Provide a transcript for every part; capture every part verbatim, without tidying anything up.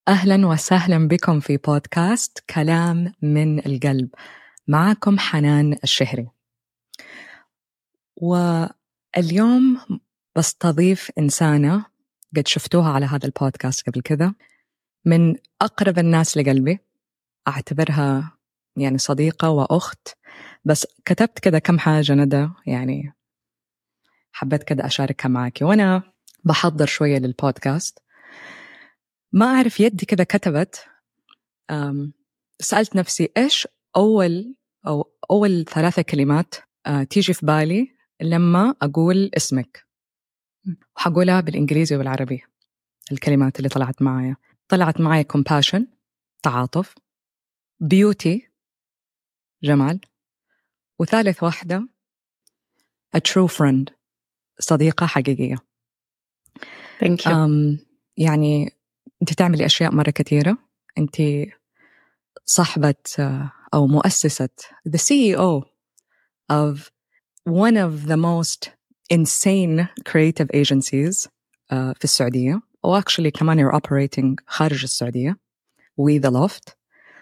أهلا وسهلا بكم في بودكاست كلام من القلب. معكم حنان الشهري، واليوم بستضيف إنسانة قد شفتوها على هذا البودكاست قبل كذا، من أقرب الناس لقلبي، أعتبرها يعني صديقة وأخت. بس كتبت كذا كم حاجة ندى، يعني حبيت كذا أشاركها معك وأنا بحضر شوية للبودكاست. ما أعرف يدي كذا كتبت، سألت نفسي إيش أول أو أول ثلاثة كلمات أه تيجي في بالي لما أقول اسمك، وحقولها بالإنجليزي والعربي. الكلمات اللي طلعت معايا طلعت معايا compassion، تعاطف، beauty، جمال، وثالث واحدة a true friend، صديقة حقيقية. Thank you. um, يعني أنت تعملي أشياء مرة كثيرة. أنت صاحبة أو مؤسسة the سي إي أو of one of the most insane creative agencies uh, في السعودية، و actually كمان you're operating خارج السعودية We The Loft.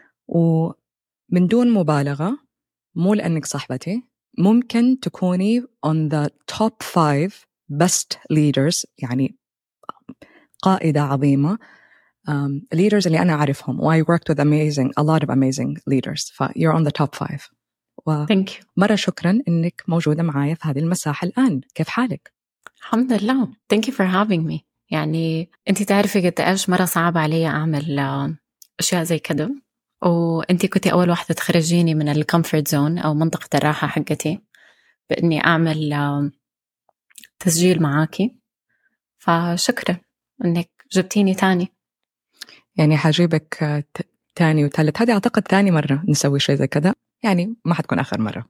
ومن دون مبالغة، مو لأنك صاحبتي، ممكن تكوني on the top five best leaders، يعني قائدة عظيمة um, leaders اللي أنا أعرفهم. و I worked with amazing a lot of amazing leaders. ف you're on the top five. Thank you. مرة شكراً إنك موجودة معايا في هذه المساحة الآن. كيف حالك؟ الحمد لله. Thank you for having me. يعني أنتي تعرفي قد إيش مرة صعب علي أعمل أشياء زي كده، وأنتي كنتي أول واحدة تخرجيني من الكومفورت زون أو منطقة الراحة حقتي بإني أعمل تسجيل معاكي. فشكرا إنك جبتيني تاني. يعني حجيبك تاني وثالث، هذه أعتقد ثاني مرة نسوي شيء زي كده، يعني ما حتكون آخر مرة.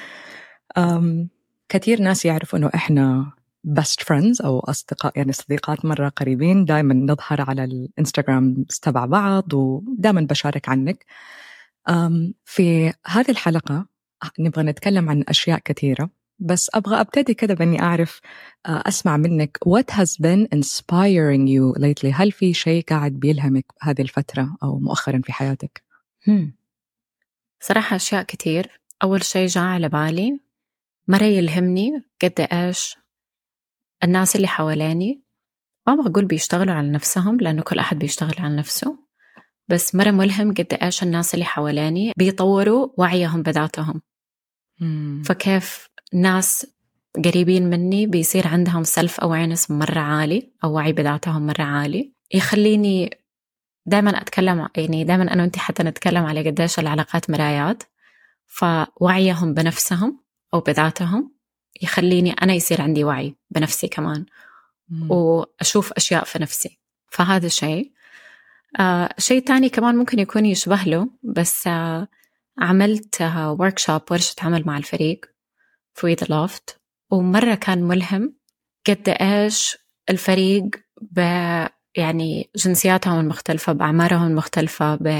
أم كثير ناس يعرفوا إنه إحنا best friends أو أصدقاء، يعني صديقات مرة قريبين. دائما نظهر على الإنستغرام تبع بعض، ودائما بشارك عنك. أم في هذه الحلقة نبغى نتكلم عن أشياء كثيرة، بس أبغى أبتدي كده بأني أعرف أسمع منك what has been inspiring you lately. هل في شيء قاعد بيلهمك هذه الفترة أو مؤخرا في حياتك؟ هم. صراحة أشياء كتير. أول شيء جاء على بالي مرة يلهمني قد إيش الناس اللي حواليني، ما بقول بيشتغلوا على نفسهم لأنه كل أحد بيشتغل على نفسه، بس مرة ملهم قد إيش الناس اللي حواليني بيطوروا وعيهم بذاتهم. مم. فكيف ناس قريبين مني بيصير عندهم سيلف أويرنس مرة عالي أو وعي بذاتهم مرة عالي، يخليني دائما أتكلم، يعني دائما أنا وأنتي حتى نتكلم على قد إيش العلاقات مرايات. فوعيهم بنفسهم أو بذاتهم يخليني أنا يصير عندي وعي بنفسي كمان، مم. وأشوف أشياء في نفسي. فهذا شيء. آه شيء تاني كمان ممكن يكون يشبه له، بس آه عملت آه workshop ورشة عمل مع الفريق في The Loft، ومرة كان ملهم قد إيش الفريق ب يعني جنسياتهم المختلفة، بأعمارهم المختلفة، ب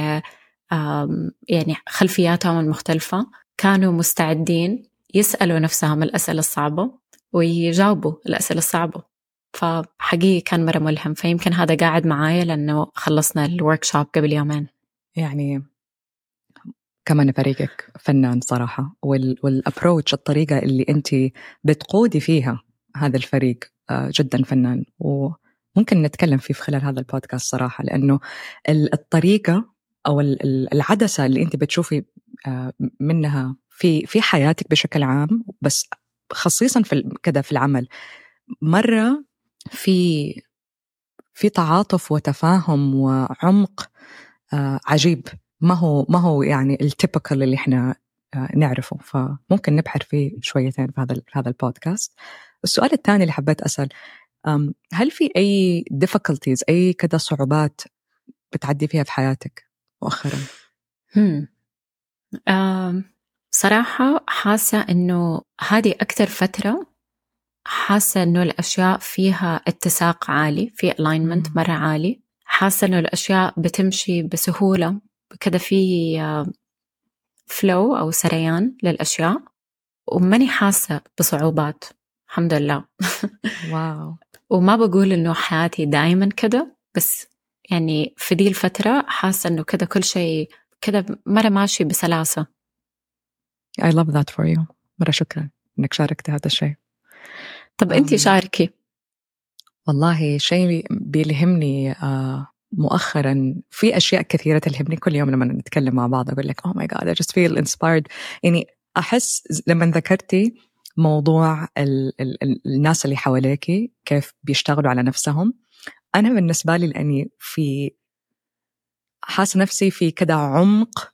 يعني خلفياتهم المختلفة، كانوا مستعدين يسألوا نفسهم الأسئلة الصعبة ويجاوبوا الأسئلة الصعبة. فحقيقي كان مرة ملهم. فيمكن هذا قاعد معايا لأنه خلصنا الوركشوب قبل يومين. يعني كمان فريقك فنان صراحة، والأبروتش، الطريقة اللي أنت بتقودي فيها هذا الفريق جدا فنان، وممكن نتكلم فيه في خلال هذا البودكاست صراحة، لأنه الطريقة أو العدسة اللي أنت بتشوفي منها في في حياتك بشكل عام، بس خصيصا في كده في العمل، مرة في في تعاطف وتفاهم وعمق عجيب، ما هو ما هو يعني التيبيكال اللي احنا نعرفه. فممكن نبحر فيه شويتين في هذا في هذا البودكاست. السؤال الثاني اللي حبيت أسأل، هل في أي difficulties، أي كده صعوبات بتعدي فيها في حياتك مؤخرا؟ هم. صراحة حاسة إنه هذه أكثر فترة حاسة إنه الأشياء فيها اتساق عالي، في alignment مرة عالي. حاسة إنه الأشياء بتمشي بسهولة كده، في فلو أو سريان للأشياء، وماني حاسة بصعوبات الحمد لله. واو. وما بقول إنه حياتي دايما كده، بس يعني في دي الفترة حاسة إنه كده كل شيء كده مرة ماشي بسلاسة. I love that for you. مرة شكرا إنك شاركت هذا الشيء. طب أنتي شاركي. والله شيء بيلهمني آه مؤخرا، في أشياء كثيرة تلهمني كل يوم لما نتكلم مع بعض. أقول لك oh my god I just feel inspired. يعني أحس لما ذكرتي موضوع ال ال ال الناس اللي حواليكي كيف بيشتغلوا على نفسهم، أنا بالنسبة لي لأني في حاس نفسي في كده عمق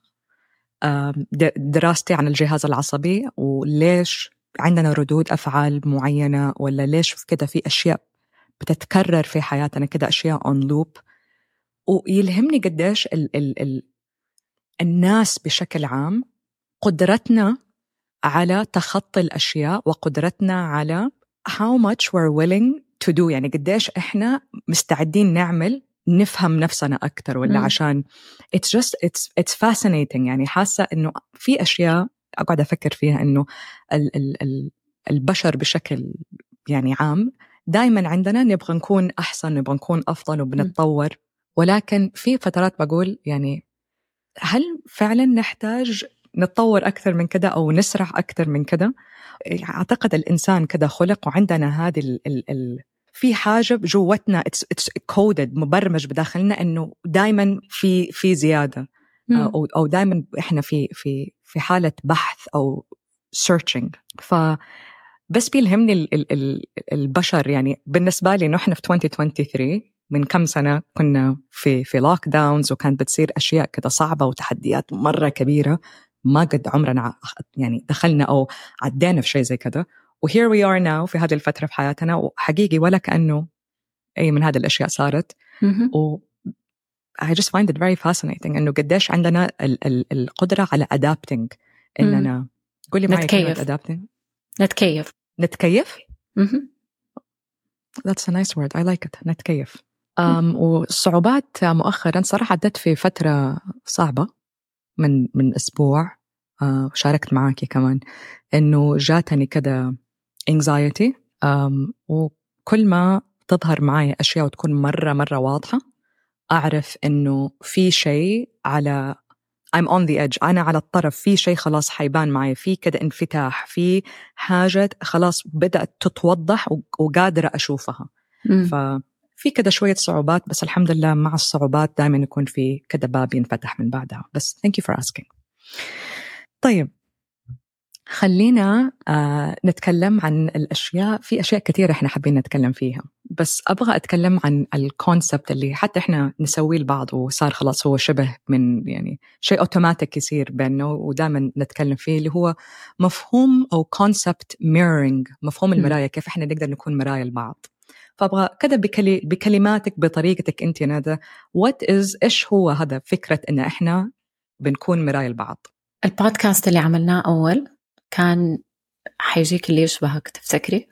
دراستي عن الجهاز العصبي، وليش عندنا ردود أفعال معينة، ولا ليش كده في أشياء بتتكرر في حياتنا كده، أشياء on loop. ويلهمني قديش ال ال ال الناس بشكل عام قدرتنا على تخطي الأشياء، وقدرتنا على how much we're willing to do. يعني قديش إحنا مستعدين نعمل نفهم نفسنا أكتر، ولا م. عشان it's just it's it's fascinating. يعني حاسة إنه في أشياء أقعد أفكر فيها، إنه ال ال ال البشر بشكل يعني عام دايما عندنا نبغى نكون أحسن، نبغى نكون أفضل وبنتطور. ولكن في فترات بقول يعني هل فعلا نحتاج نتطور أكثر من كده أو نسرع أكثر من كده؟ أعتقد الإنسان كده خلق وعندنا هذه ال ال ال في حاجة جوتنا it's it's coded مبرمج بداخلنا إنه دايما في في زيادة أو أو دايما إحنا في في في حالة بحث أو searching. ف بس بيلهمني ال ال ال البشر. يعني بالنسبة لي نحن في ألفين وثلاثة وعشرين من كم سنة كنا في في لوك داونز، وكانت بتصير أشياء كده صعبة وتحديات مرة كبيرة ما قد عمرنا يعني دخلنا أو عدينا في شيء زي كده. و here we are now في هذه الفترة في حياتنا، وحقيقي ولا كأنه أي من هذه الأشياء صارت. و I just find it very fascinating إنه قديش عندنا ال ال القدرة على adapting. إننا قولي معي كلمة adapting. نتكيف. نتكيف؟ That's a nice word. I like it. نتكيف. um, والصعوبات مؤخرا صراحة عدت في فترة صعبة من من أسبوع. uh, شاركت معاكي كمان إنه جاتني كده anxiety. um, وكل ما تظهر معي أشياء وتكون مرة مرة واضحة، أعرف إنه في شيء على I'm on the edge. أنا على الطرف، في شيء خلاص حيبان معي، في كده انفتاح، في حاجة خلاص بدأت تتوضح وقادرة أشوفها. م. ففي كده شوية صعوبات، بس الحمد لله مع الصعوبات دائما يكون في كده باب ينفتح من بعدها. بس thank you for asking. طيب خلينا آه نتكلم عن الأشياء. في أشياء كثيرة إحنا حابين نتكلم فيها، بس أبغى أتكلم عن الكونسبت اللي حتى إحنا نسويه لبعض وصار خلاص هو شبه من يعني شيء أوتوماتيك يصير بيننا ودائما نتكلم فيه، اللي هو مفهوم أو كونسبت ميرورينج، مفهوم المراية، كيف إحنا نقدر نكون مراية لبعض. فأبغى كده بكلي بكلماتك بطريقتك أنت ندى what is إيش هو هذا فكرة إن إحنا بنكون مراية لبعض. البودكاست اللي عملناه أول كان حيجيك اللي يشبهك، تفتكري؟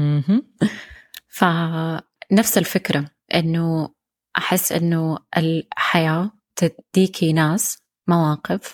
فنفس الفكرة، إنه أحس إنه الحياة تديكي ناس، مواقف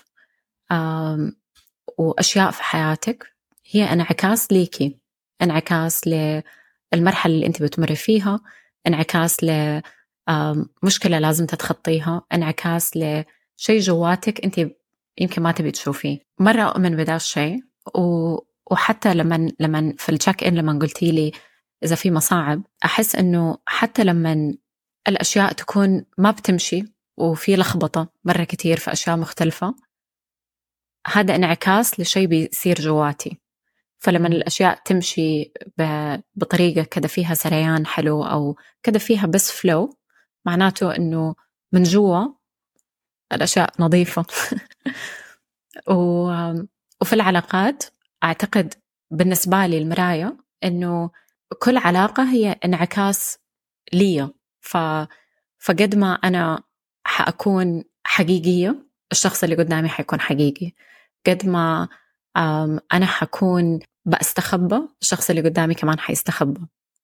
وأشياء في حياتك هي انعكاس ليكي، انعكاس للمرحلة اللي أنت بتمر فيها، انعكاس لمشكلة لازم تتخطيها، انعكاس لشيء جواتك أنت يمكن ما تبي تشوفيه. مرة أؤمن بدا الشيء. وحتى لما لما في التشيك إن لما قلتي لي إذا في مصاعب، أحس إنه حتى لما الأشياء تكون ما بتمشي وفي لخبطة مرة كتير في أشياء مختلفة، هذا انعكاس لشيء بيصير جواتي. فلما الأشياء تمشي بطريقة كده فيها سريان حلو أو كده فيها بس فلو، معناته إنه من جوا الأشياء نظيفة. وفي العلاقات أعتقد بالنسبة لي المراية إنه كل علاقة هي انعكاس لي. ف فقد ما أنا حأكون حقيقية، الشخص اللي قدامي حيكون حقيقي. قد ما أنا حكون بأستخبى، الشخص اللي قدامي كمان حيستخبى.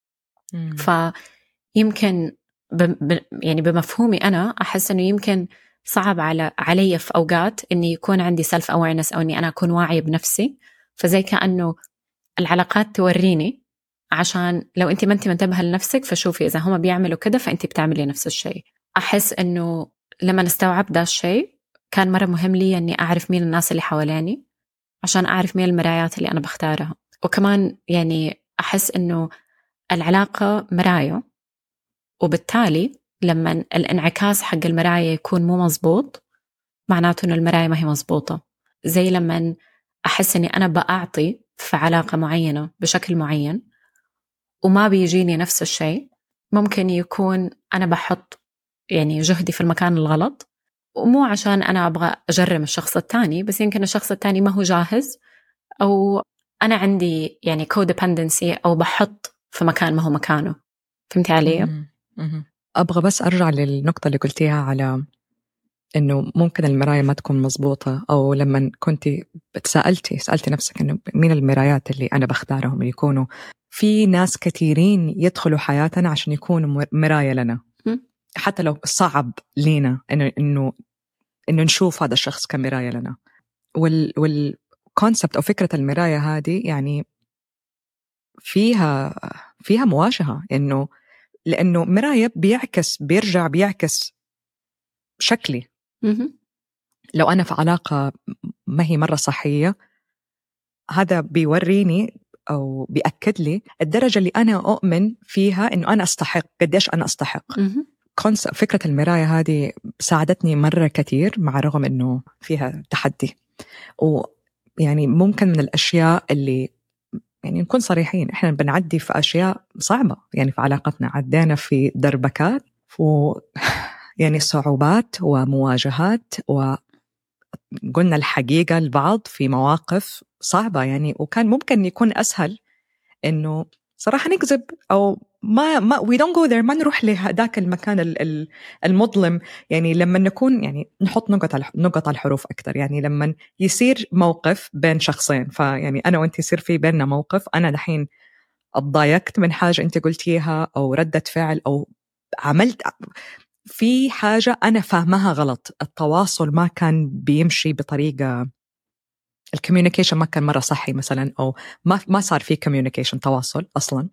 فيمكن ب... يعني بمفهومي أنا أحس إنه يمكن صعب على علي في أوقات إني يكون عندي self awareness أو إني أنا أكون واعية بنفسي. فزي كأنه العلاقات توريني، عشان لو أنت ما أنت منتبهة لنفسك فشوفي إذا هما بيعملوا كده فأنت بتعملي نفس الشيء. أحس إنه لما استوعبت ده الشيء كان مرة مهم لي أني أعرف مين الناس اللي حواليني عشان أعرف مين المرايات اللي أنا بختارها. وكمان يعني أحس إنه العلاقة مراية، وبالتالي لما الانعكاس حق المراية يكون مو مزبوط معناته إنه المراية ما هي مزبوطة. زي لما أحس إني أنا بأعطي في علاقة معينة بشكل معين وما بيجيني نفس الشيء، ممكن يكون أنا بحط يعني جهدي في المكان الغلط، ومو عشان أنا أبغى أجرم الشخص التاني، بس يمكن الشخص التاني ما هو جاهز، أو أنا عندي يعني codependency أو بحط في مكان ما هو مكانه. فهمتي علي؟ أبغى بس أرجع للنقطة اللي قلتيها على إنه ممكن المراية ما تكون مزبوطة، أو لما كنتي بتسألتي سألتي نفسك إنه مين المرايات اللي أنا بختارهم يكونوا. في ناس كثيرين يدخلوا حياتنا عشان يكونوا مراية لنا، م? حتى لو صعب لينا إنه إنه إنه نشوف هذا الشخص كمراية لنا. وال والكونسبت أو فكرة المراية هذه يعني فيها فيها مواجهة، إنه لأنه مراية بيعكس بيرجع بيعكس شكلي. م-م. لو أنا في علاقة ما هي مرة صحية، هذا بيوريني أو بيأكد لي الدرجة اللي أنا أؤمن فيها إنه أنا أستحق، قديش أنا أستحق. كونسبت فكرة المراية هذه ساعدتني مرة كتير، مع رغم إنه فيها تحدي. ويعني ممكن من الأشياء اللي يعني نكون صريحين، إحنا بنعدي في أشياء صعبة يعني في علاقتنا، عدينا في دربكات و يعني صعوبات ومواجهات، وقلنا الحقيقة لبعض في مواقف صعبة يعني. وكان ممكن يكون أسهل إنه صراحة نكذب أو ما ما we don't go there، ما نروح لهذاك المكان المظلم. يعني لما نكون يعني نحط نقط على نقط على الحروف أكتر، يعني لما يصير موقف بين شخصين، فيعني أنا وأنت يصير في بيننا موقف، أنا دحين اتضايقت من حاجة أنت قلتيها أو ردة فعل أو عملت في حاجة أنا فاهمها غلط، التواصل ما كان بيمشي بطريقة، الكوميونيكيشن ما كان مرة صحي مثلا، أو ما ما صار في كوميونيكيشن تواصل أصلا.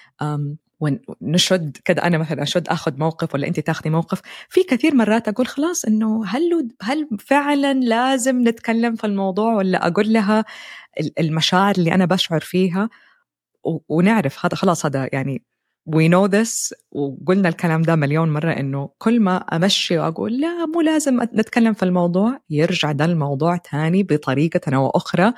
ونشد كده، أنا مثلا أشد أخذ موقف ولا أنت تاخذي موقف، في كثير مرات أقول خلاص إنه هل هل فعلا لازم نتكلم في الموضوع، ولا أقول لها المشاعر اللي أنا بشعر فيها ونعرف هذا خلاص، هذا يعني we know this. وقلنا الكلام ده مليون مرة، إنه كل ما أمشي وأقول لا مو لازم نتكلم في الموضوع، يرجع ده الموضوع تاني بطريقة أو أخرى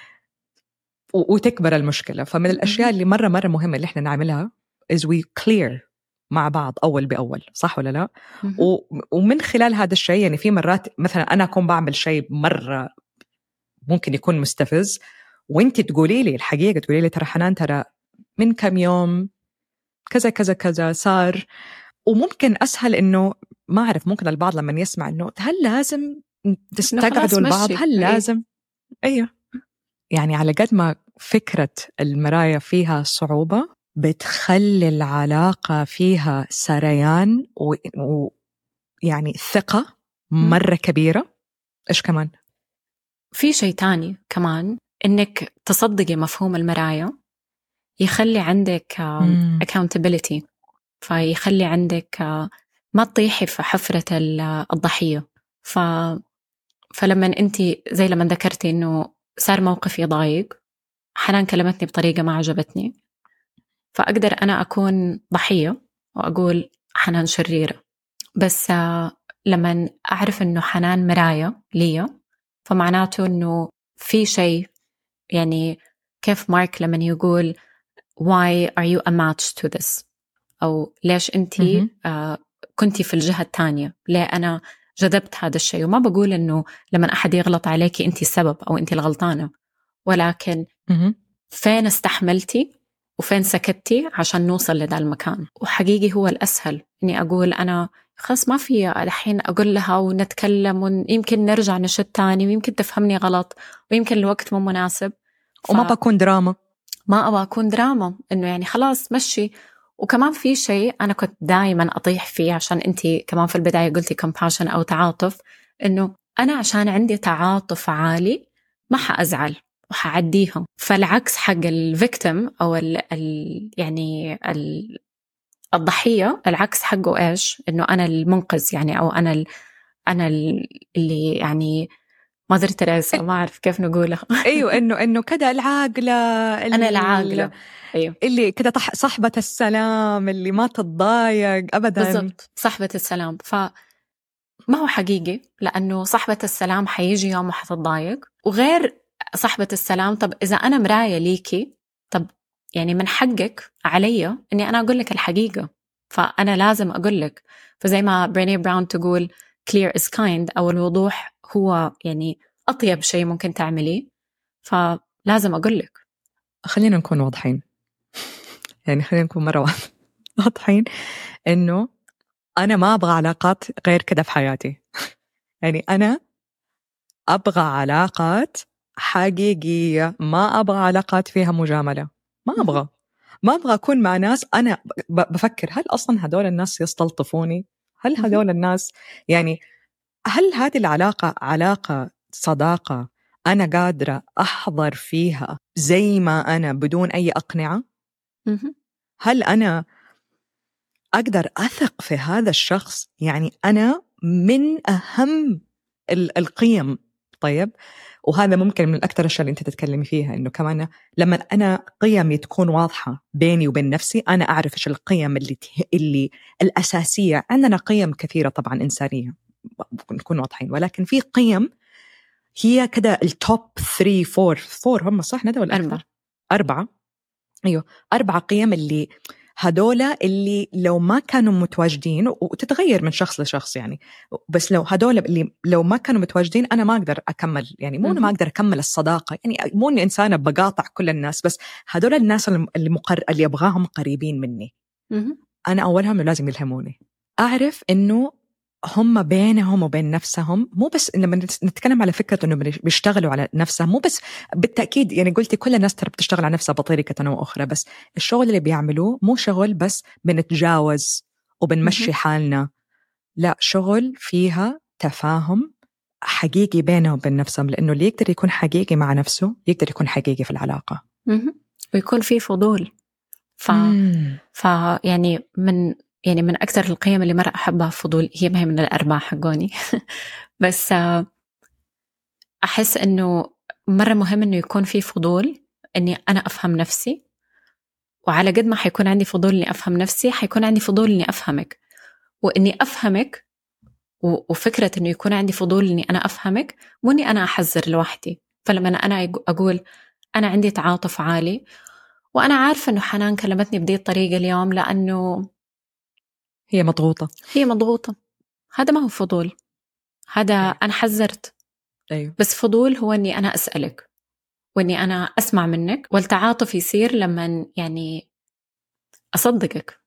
وتكبر المشكلة. فمن الأشياء اللي مرة مرة مهمة اللي إحنا نعملها is we clear مع بعض أول بأول، صح ولا لا؟ ومن خلال هذا الشيء يعني في مرات مثلا أنا أكون بعمل شيء مرة ممكن يكون مستفز، وانت تقولي لي الحقيقة، تقولي لي ترى حنان ترى من كم يوم كذا كذا كذا صار. وممكن أسهل إنه ما أعرف، ممكن البعض لما يسمع إنه هل لازم تستقعدوا البعض، هل لازم أيوه. يعني على قد ما فكرة المراية فيها صعوبة، بتخلي العلاقة فيها سريان ويعني ثقة مرة كبيرة. إيش كمان؟ في شيء تاني كمان، إنك تصدقي مفهوم المراية يخلي عندك uh, accountability، فيخلي عندك uh, ما تطيحي في حفرة الضحية. ف... فلما أنت زي لما ذكرتي إنه صار موقف يضايق، حنان كلمتني بطريقة ما عجبتني، فأقدر أنا أكون ضحية وأقول حنان شريرة، بس uh, لما أعرف إنه حنان مراية لي، فمعناته إنه في شيء، يعني كيف مارك لما يقول why are you a match to this، أو ليش أنتي آه كنتي في الجهة الثانية، ليه أنا جذبت هذا الشيء. وما بقول إنه لما أحد يغلط عليكي أنتي السبب أو أنتي الغلطانة، ولكن فين استحملتي وفين سكتي عشان نوصل لذا المكان. وحقيقي هو الأسهل إني أقول أنا خلاص ما في الحين أقول لها ونتكلم ويمكن نرجع نشد تاني ويمكن تفهمني غلط ويمكن الوقت مو مناسب، ف... وما بكون دراما، ما أبغى أكون دراما، إنه يعني خلاص مشي. وكمان في شيء أنا كنت دائما أطيح فيه، عشان أنتي كمان في البداية قلتي compassion أو تعاطف، إنه أنا عشان عندي تعاطف عالي ما حأزعل وحعديهم. فالعكس حق الفيكتيم أو ال ال يعني ال الضحية العكس حقه إيش؟ إنه أنا المنقذ يعني، أو أنا ال... أنا ال... اللي يعني مادر تريسا، ما أعرف كيف نقولها. أيوة، إنه إنه كده العاقلة، أنا العاقلة، أيوه، اللي كده صاحبة السلام، اللي ما تتضايق أبداً. بالضبط، صاحبة السلام. فما هو حقيقي، لأنه صاحبة السلام حيجي يوم وحتتضايق، وغير صاحبة السلام. طب إذا أنا مراية ليكي، طب يعني من حقك علي إني أنا أقول لك الحقيقة، فأنا لازم أقول لك. فزي ما بريني براون تقول clear is kind، أو الوضوح هو يعني أطيب شيء ممكن تعمليه، فلازم أقول لك. خلينا نكون واضحين، يعني خلينا نكون مرة واضحين إنه أنا ما أبغى علاقات غير كده في حياتي. يعني أنا أبغى علاقات حقيقية، ما أبغى علاقات فيها مجاملة. ما أبغى ما أبغى أكون مع ناس أنا بفكر هل أصلا هدول الناس يستلطفوني؟ هل هدول الناس يعني هل هذه العلاقة علاقة صداقة أنا قادرة أحضر فيها زي ما أنا بدون أي أقنعة؟ هل أنا أقدر أثق في هذا الشخص؟ يعني أنا من أهم القيم. طيب، وهذا ممكن من أكثر الأشياء اللي أنت تتكلمي فيها، إنه كمان لما أنا قيمي تكون واضحة بيني وبين نفسي، أنا أعرف إيش القيم اللي اللي الأساسية. عندنا قيم كثيرة طبعا إنسانية، نكون واضحين، ولكن في قيم هي كده التوب ثري فور فور هم صح ندى ولا أربعة؟ أربعة، أيوه، أربعة قيم اللي هدول اللي لو ما كانوا متواجدين، وتتغير من شخص لشخص يعني، بس لو هدول اللي لو ما كانوا متواجدين أنا ما أقدر أكمل، يعني مو أنا ما أقدر أكمل الصداقة، يعني مو إني إنسانة بقاطع كل الناس، بس هدول الناس اللي مقر اللي أبغاهم قريبين مني، أنا أولهم لازم يلهموني، أعرف إنه هم بينهم وبين نفسهم، مو بس لما نتكلم على فكرة إنه بيشتغلوا على نفسهم، مو بس بالتأكيد يعني قلتي كل الناس ترى بتشتغل على نفسها بطريقة أو أخرى، بس الشغل اللي بيعملوه مو شغل بس بنتجاوز وبنمشي حالنا، لا، شغل فيها تفاهم حقيقي بينهم وبين نفسهم، لأنه اللي يقدر يكون حقيقي مع نفسه يقدر يكون حقيقي في العلاقة، ويكون فيه فضول. ف... ف يعني من يعني من أكثر القيم اللي مرة أحبها الفضول. هي ما هي من الأربعة حقوني بس أحس إنه مرة مهم إنه يكون في فضول إني أنا أفهم نفسي، وعلى قد ما حيكون عندي فضول إني أفهم نفسي، حيكون عندي فضول إني أفهمك، وإني أفهمك. وفكرة إنه يكون عندي فضول إني أنا أفهمك، مو إني أنا أحذر لوحدي. فلما أنا أقول أنا عندي تعاطف عالي، وأنا عارفة إنه حنان كلمتني بدي الطريقة اليوم لأنه هي مضغوطة هي مضغوطة، هذا ما هو فضول، هذا أنا حذرت. أيوه. بس فضول هو إني أنا أسألك، وإني أنا أسمع منك، والتعاطف يصير لما يعني أصدقك.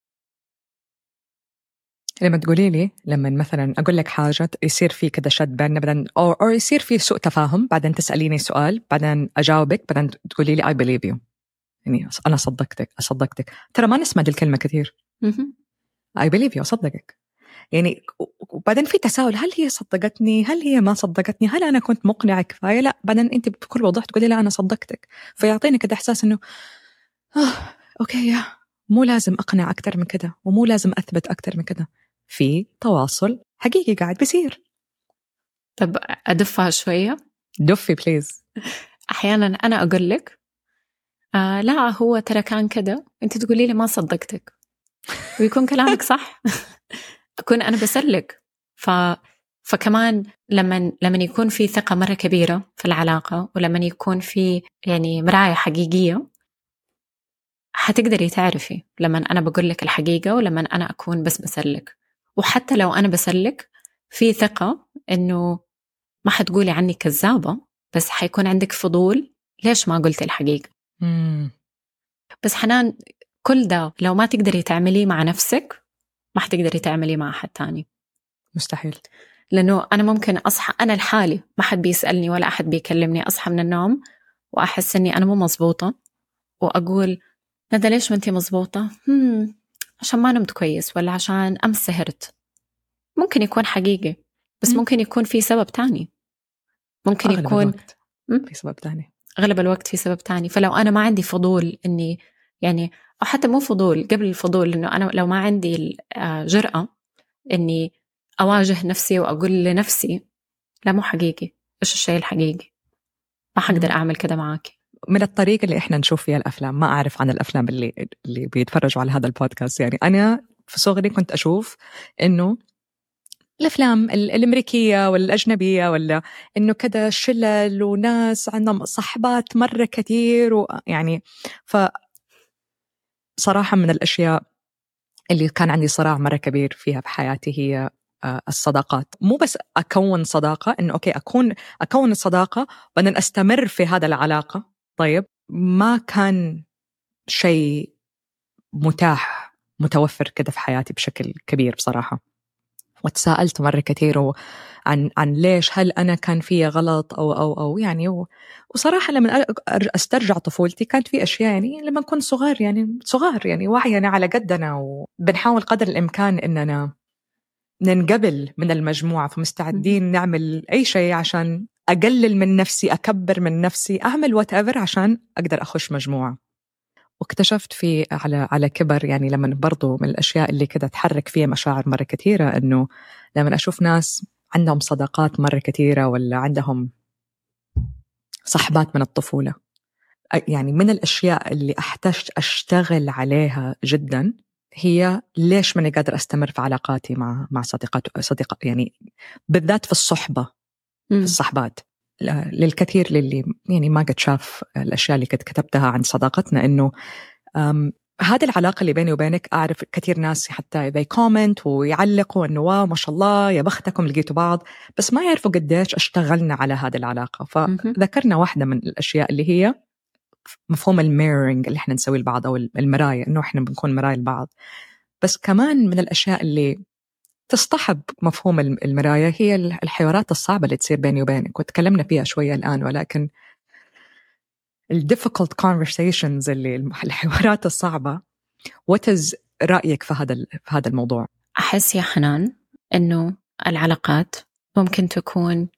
لما تقولي لي لما مثلا أقول لك حاجة يصير في كده شد بيننا، بعدين أو أو يصير في سوء تفاهم، بعدين تسأليني سؤال، بعدين أجاوبك، بعدين تقولي لي I believe you، يعني أنا صدقتك أصدقتك. ترى ما نسمع دي الكلمة كثير. I believe you، أصدقك. يعني وبعدين في تساؤل، هل هي صدقتني؟ هل هي ما صدقتني؟ هل أنا كنت مقنعة كفاية؟ لا، بعدين أنت بكل وضوح تقولي لا أنا صدقتك، فيعطيني كده إحساس إنه آه أوكي، يا مو لازم أقنع أكتر من كده، ومو لازم أثبت أكتر من كده، في تواصل حقيقي قاعد بيصير. طب أدفها شوية؟ دفي بليز. أحيانا أنا أقول لك آه لا هو ترى كان كده، أنت تقولي لي ما صدقتك، ويكون كلامك صح أكون أنا بسلك. ف... فكمان لما لما يكون في ثقة مرة كبيرة في العلاقة، ولما يكون في يعني مراية حقيقية، حتقدري تعرفي لما أنا بقول لك الحقيقة ولما أنا أكون بس بسلك. وحتى لو أنا بسلك في ثقة إنه ما حتقولي عني كذابة، بس حيكون عندك فضول ليش ما قلتي الحقيقة. مم. بس حنان، كل ده لو ما تقدري تعمليه مع نفسك ما حتقدري تعمليه مع أحد تاني. مستحيل. لأنه أنا ممكن أصحى أنا لحالي، ما حد بيسألني ولا أحد بيكلمني، أصحى من النوم وأحس أني أنا مو مزبوطة، وأقول ندى ليش ما أنتي مزبوطة؟ هم عشان ما نمت كويس، ولا عشان أمس سهرت. ممكن يكون حقيقي، بس ممكن يكون في سبب تاني، ممكن أغلب يكون الوقت في سبب تاني. أغلب الوقت في سبب تاني. فلو أنا ما عندي فضول إني يعني أو حتى مو فضول، قبل الفضول إنه أنا لو ما عندي الجرأة إني أواجه نفسي وأقول لنفسي لا مو حقيقي، إيش الشيء الحقيقي، ما حقدر أعمل كده معاك. من الطريقة اللي إحنا نشوف فيها الأفلام، ما أعرف عن الأفلام اللي اللي بيتفرجوا على هذا البودكاست، يعني أنا في صغري كنت أشوف إنه الأفلام الأمريكية والأجنبية ولا إنه كده شلل وناس عندهم صحبات مرة كتير، ويعني ف صراحة من الأشياء اللي كان عندي صراع مرة كبير فيها في حياتي هي الصداقات. مو بس أكون صداقة، إنه أوكي أكون أكون الصداقة وبعدين أستمر في هذا العلاقة. طيب ما كان شيء متاح متوفر كده في حياتي بشكل كبير بصراحة. وتساءلت مرة كثير عن عن ليش، هل أنا كان فيها غلط أو أو أو يعني و... وصراحة لما أسترجع طفولتي كانت في أشياء، يعني لما كنت صغار يعني صغار يعني وعي يعني على قدنا، وبنحاول قدر الإمكان إننا ننقبل من المجموعة، فمستعدين نعمل أي شيء عشان أقلل من نفسي، أكبر من نفسي، أعمل whatever عشان أقدر أخش مجموعة. واكتشفت في على على كبر، يعني لما برضو من الأشياء اللي كده تحرك فيها مشاعر مرة كثيرة، إنه لما أشوف ناس عندهم صداقات مرة كثيرة ولا عندهم صحبات من الطفولة، يعني من الأشياء اللي أحتاج أشتغل عليها جدا هي ليش ماني قادر أستمر في علاقاتي مع مع صديقات صديقة يعني بالذات في الصحبة في الصحبات. للكثير للي يعني ما قد شاف الأشياء اللي كنت كتبتها عن صداقتنا، إنه هذه العلاقة اللي بيني وبينك، أعرف كثير ناس حتى they comment ويعلقوا إنه واو ما شاء الله يا بختكم لقيتوا بعض، بس ما يعرفوا قديش اشتغلنا على هذه العلاقة. فذكرنا واحدة من الأشياء اللي هي مفهوم الميرورينج اللي احنا نسوي لبعض، أو المراية، إنه احنا بنكون مراية لبعض. بس كمان من الأشياء اللي تصطحب مفهوم المراية هي الحوارات الصعبة اللي تصير بيني وبينك، وتكلمنا فيها شوية الآن، ولكن ال difficult conversations اللي الحوارات الصعبة. what is رأيك في هذا في هذا الموضوع؟ أحس يا حنان إنه العلاقات ممكن تكون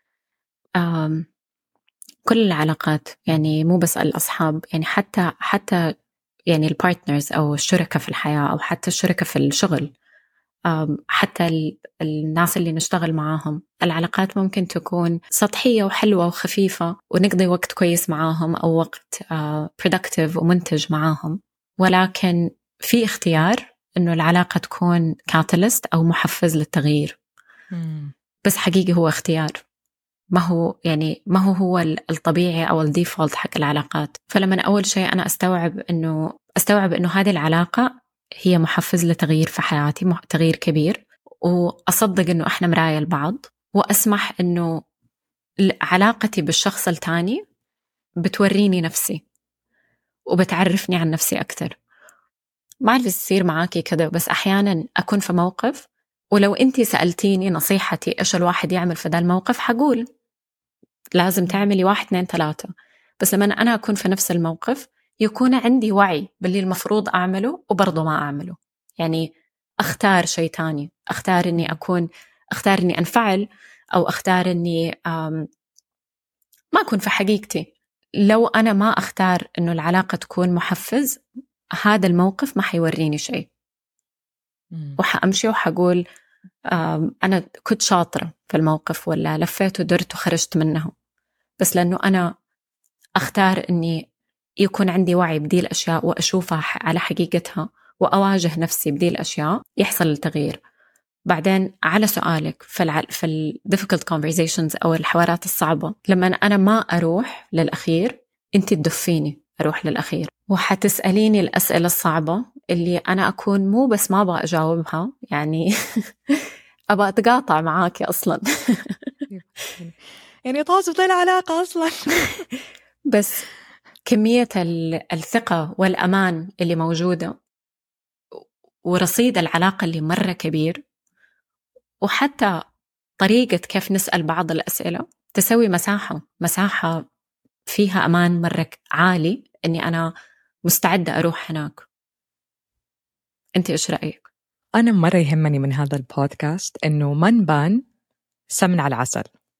كل العلاقات، يعني مو بس الأصحاب، يعني حتى حتى يعني البارتنرز أو الشركة في الحياة، أو حتى الشركة في الشغل، حتى الناس اللي نشتغل معاهم. العلاقات ممكن تكون سطحية وحلوة وخفيفة ونقضي وقت كويس معاهم، أو وقت productive ومنتج معاهم، ولكن في اختيار إنه العلاقة تكون catalyst أو محفز للتغيير. مم. بس حقيقي هو اختيار، ما هو يعني ما هو هو الطبيعي أو الديفولت حق العلاقات. فلما أول شيء أنا أستوعب إنه أستوعب إنه هذه العلاقة هي محفز لتغيير في حياتي، تغيير كبير، وأصدق إنه إحنا مراية لبعض، وأسمح إنه علاقتي بالشخص التاني بتوريني نفسي وبتعرفني عن نفسي أكتر. ما أعرف يصير معاكي كده، بس أحيانا أكون في موقف، ولو أنتي سألتيني نصيحتي إيش الواحد يعمل في ذا الموقف، حقول لازم تعملي واحد اثنين ثلاثة. بس لما أنا أكون في نفس الموقف يكون عندي وعي باللي المفروض أعمله وبرضه ما أعمله، يعني أختار شيء تاني، أختار إني أكون أختار إني أنفعل، أو أختار إني ما أكون في حقيقتي. لو أنا ما أختار إنه العلاقة تكون محفز، هذا الموقف ما حيوريني شيء، وحأمشي وحقول أنا كنت شاطرة في الموقف، ولا لفيت ودرت وخرجت منه. بس لأنه أنا أختار أني يكون عندي وعي بدي الأشياء وأشوفها على حقيقتها، وأواجه نفسي بدي الأشياء، يحصل التغيير. بعدين على سؤالك في الع... في ال difficult conversations أو الحوارات الصعبة، لما أنا ما أروح للأخير أنت تدفيني أروح للأخير، وحتسأليني الأسئلة الصعبة اللي أنا أكون مو بس ما أبغى أجاوبها، يعني أبغى أتقاطع معاكي أصلا يعني طازت العلاقة أصلا بس كمية الثقة والأمان اللي موجودة، ورصيد العلاقة اللي مرة كبير، وحتى طريقة كيف نسأل بعض الأسئلة تسوي مساحة مساحة فيها أمان مرة عالي، إني أنا مستعدة أروح هناك. أنت إيش رأيك؟ أنا مرة يهمني من هذا البودكاست إنه ما نبان سمن على العسل،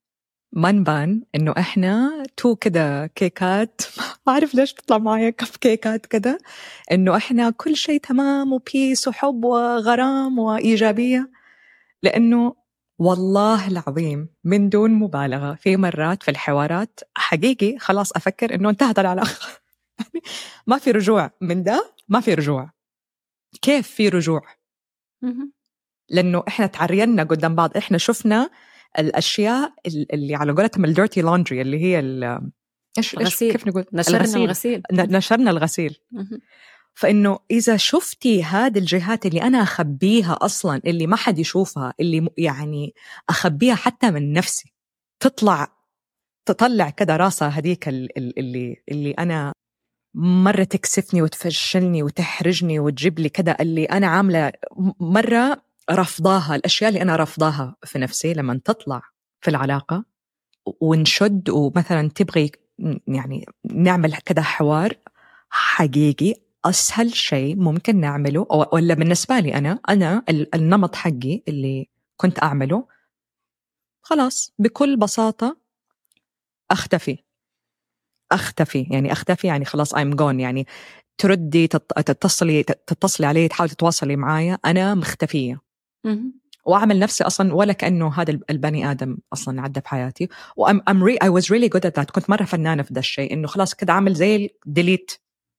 ما نبان إنه إحنا تو كده كيكات ما أعرف ليش بتطلع معايا كف كيكات كده، إنه إحنا كل شيء تمام وبيس وحب وغرام وإيجابية. لأنه والله العظيم من دون مبالغة في مرات في الحوارات حقيقي خلاص أفكر إنه انتهت العلاقة. ما في رجوع من ده، ما في رجوع. كيف في رجوع؟ لأنه إحنا تعرينا قدام بعض، إحنا شفنا الأشياء اللي على قولتهم الديرتي لوندري، اللي هي إيش إيش كيف نقول نشرنا الغسيل, الغسيل. نشرنا الغسيل. فإنه إذا شفتي هذه الجهات اللي أنا أخبيها أصلاً، اللي ما حد يشوفها، اللي يعني أخبيها حتى من نفسي، تطلع تطلع كده راسها هديك اللي اللي أنا مرة تكسفني وتفشلني وتحرجني وتجيب لي كده اللي أنا عاملة مرة رفضاها، الأشياء اللي أنا رفضاها في نفسي لما تطلع في العلاقة ونشد ومثلا تبغي يعني نعمل كده حوار حقيقي. أسهل شيء ممكن نعمله، ولا بالنسبة لي أنا أنا النمط حقي اللي كنت أعمله، خلاص بكل بساطة أختفي أختفي يعني أختفي يعني خلاص I'm gone. يعني تردي تتصلي تتصلي علي تحاولي تتواصلي معايا، أنا مختفية وأعمل نفسي أصلاً ولا كأنه هذا البني آدم أصلاً عدى بحياتي. و I'm, I'm re- I was really good at that. كنت مرة فنانة في ده الشيء، إنه خلاص كده عامل زي delete.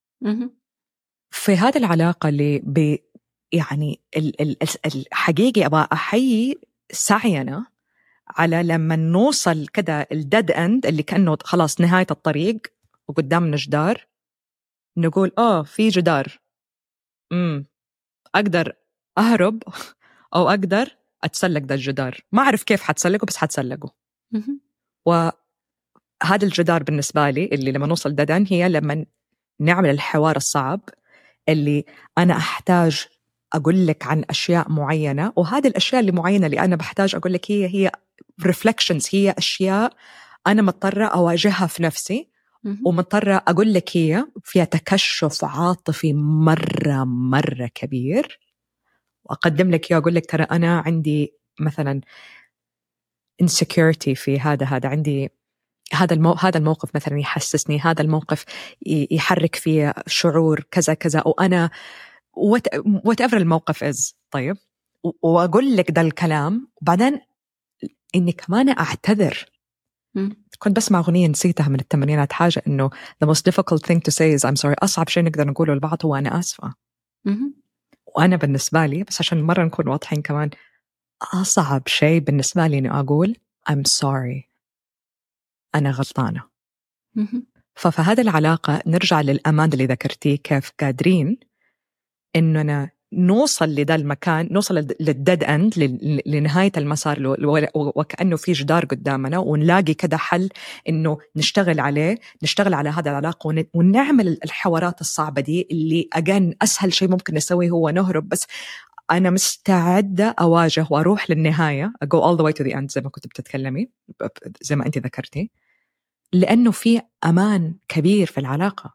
في هذه العلاقة اللي ب يعني ال ال الحقيقي أبغى أحيي سعينا على لما نوصل كده الديد اند اللي كأنه خلاص نهاية الطريق وقدامنا جدار، نقول آه في جدار، امم أقدر أهرب أو أقدر أتسلق ده الجدار. ما أعرف كيف حتسلقه بس حتسلقه. وهذا الجدار بالنسبة لي اللي لما نوصل ديد اند هي لما نعمل الحوار الصعب اللي أنا أحتاج أقول لك عن أشياء معينة، وهذه الأشياء اللي معينة اللي أنا بحتاج أقول لك هي هي reflections، هي أشياء أنا مضطرة أواجهها في نفسي ومضطرة أقول لك هي فيها تكشف عاطفي مرة مرة كبير، وأقدم لك يا أقول لك ترى أنا عندي مثلا insecurity في هذا هذا عندي هذا المو... هذا الموقف مثلا يحسسني، هذا الموقف يحرك فيه شعور كذا كذا، وأنا what... whatever الموقف is. طيب و... وأقول لك ده الكلام، وبعدين إني كمان أعتذر. م. كنت بسمع أغنية نسيتها من التمرينات، حاجة إنه the most difficult thing to say is I'm sorry. أصعب شيء نقدر نقوله لبعض هو أنا آسفة. م. وأنا بالنسبة لي بس عشان مرة نكون واضحين كمان، أصعب شيء بالنسبة لي إني أقول I'm sorry، أنا غلطانة. ففي هذه العلاقة نرجع للأمان اللي ذكرتيه، كيف قادرين إننا نوصل لذا المكان، نوصل للديد أند، لنهاية المسار، وكأنه في جدار قدامنا، ونلاقي كده حل إنه نشتغل عليه، نشتغل على هذا العلاقة ونعمل الحوارات الصعبة دي اللي أجان أسهل شيء ممكن نسويه هو نهرب. بس أنا مستعدة أواجه وأروح للنهاية، go all the way to the end زي ما كنت بتتكلمي، زي ما أنت ذكرتي، لأنه في أمان كبير في العلاقة.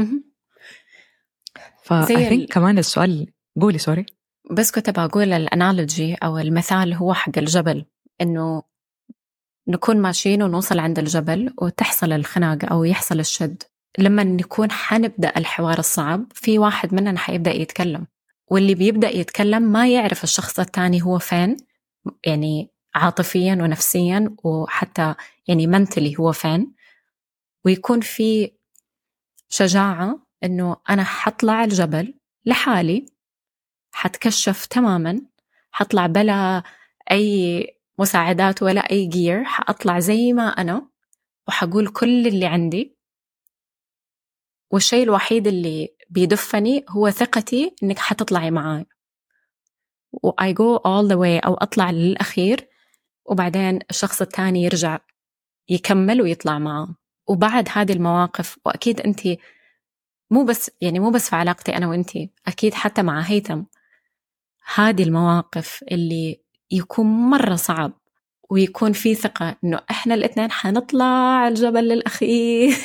فأحين كمان السؤال، قولي سوري بس كنت بقول الأنالوجي أو المثال هو حق الجبل، إنه نكون ماشيين ونوصل عند الجبل وتحصل الخناقة أو يحصل الشد. لما نكون حنبدأ الحوار الصعب، في واحد مننا حيبدأ يتكلم، واللي بيبدأ يتكلم ما يعرف الشخص الثاني هو فين، يعني عاطفيا ونفسيا وحتى يعني منتلي هو فين، ويكون في شجاعة إنه أنا حطلع الجبل لحالي، حتكشف تماماً، حطلع بلا أي مساعدات ولا أي جير، حأطلع زي ما أنا وحقول كل اللي عندي، والشيء الوحيد اللي بيدفني هو ثقتي إنك حتطلعي معاي، و I go all the way، أو أطلع للأخير وبعدين الشخص الثاني يرجع يكمل ويطلع معه. وبعد هذه المواقف، وأكيد أنتي مو بس يعني مو بس في علاقتي أنا وأنتي، أكيد حتى مع هيثم، هذه المواقف اللي يكون مرة صعب ويكون في ثقة إنه إحنا الاثنين حنطلع الجبل للأخير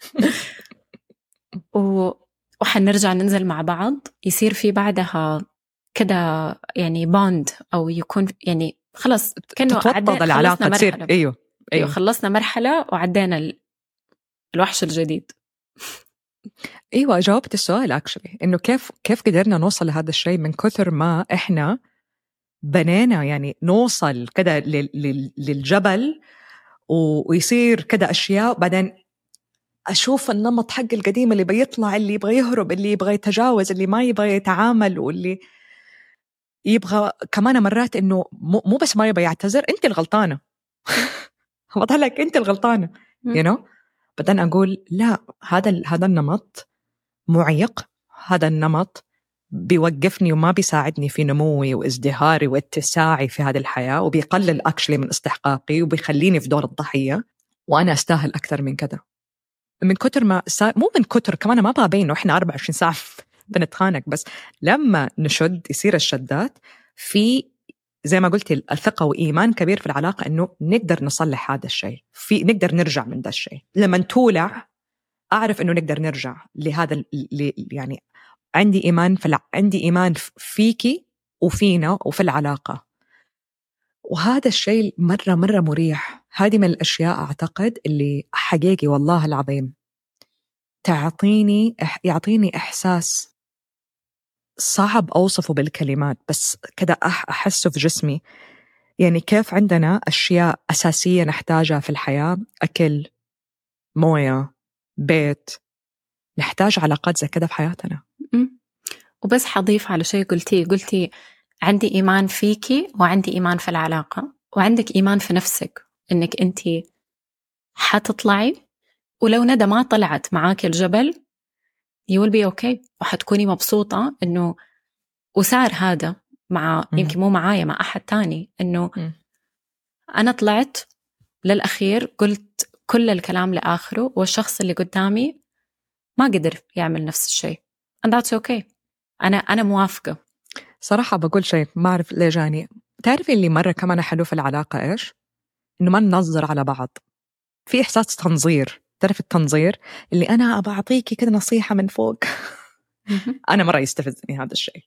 و... وحنرجع ننزل مع بعض، يصير في بعدها كده يعني باند، أو يكون يعني خلاص كأنه تتوطد العلاقة، تصير أيوه أيوة. خلصنا مرحلة وعدينا الوحش الجديد. ايوه جاوبت السؤال اكشلي، انه كيف كيف قدرنا نوصل لهذا الشيء من كثر ما احنا بنينا، يعني نوصل كده للجبل ويصير كده اشياء، بعدين اشوف النمط حق القديم اللي بيطلع، اللي يبغى يهرب، اللي يبغى يتجاوز، اللي ما يبغى يتعامل، واللي يبغى كمان مرات انه مو بس ما يبغى يعتذر، انت الغلطانه. بطلعك انت الغلطانه you know. بعدين اقول لا، هذا هذا النمط معيق، هذا النمط بيوقفني وما بيساعدني في نموي وازدهاري واتساعي في هذه الحياة، وبيقلل أكشلي من استحقاقي وبيخليني في دور الضحية، وأنا أستاهل أكثر من كده. من كتر ما سا... مو من كتر كمان ما بابين وإحنا أربعة وعشرين ساعة بنتخانق، بس لما نشد يصير الشدات في زي ما قلت الثقة وإيمان كبير في العلاقة، إنه نقدر نصلح هذا الشيء، في نقدر نرجع من ده الشيء. لما نتولع أعرف إنه نقدر نرجع لهذا ال... يعني عندي إيمان في الع... عندي إيمان فيكي وفينا وفي العلاقة، وهذا الشيء مرة مرة مريح. هذه من الأشياء أعتقد اللي حقيقي والله العظيم تعطيني يعطيني إحساس صعب أوصفه بالكلمات، بس كده أحسه في جسمي. يعني كيف عندنا أشياء أساسية نحتاجها في الحياة، أكل، موية، بيت، نحتاج علاقات زي كده في حياتنا. وبس حضيف على شيء قلتي قلتي عندي إيمان فيكي وعندي إيمان في العلاقة، وعندك إيمان في نفسك إنك أنتي حتطلعي، ولو ندى ما طلعت معاك الجبل you will be okay، وحتكوني مبسوطة إنه وصار هذا مع م. يمكن مو معايا، مع أحد تاني، إنه م. أنا طلعت للأخير، قلت كل الكلام لآخره، والشخص اللي قدامي ما قدر يعمل نفس الشيء and that's okay. أنا أنا موافقة. صراحة بقول شيء ما أعرف ليه جاني، تعرفي اللي مرة كمان حلو في العلاقة إيش؟ إنه ما ننظر على بعض، في إحساس تنظير. تعرف التنظير اللي أنا أبغى أعطيكي كده نصيحة من فوق. أنا مرة يستفزني هذا الشيء.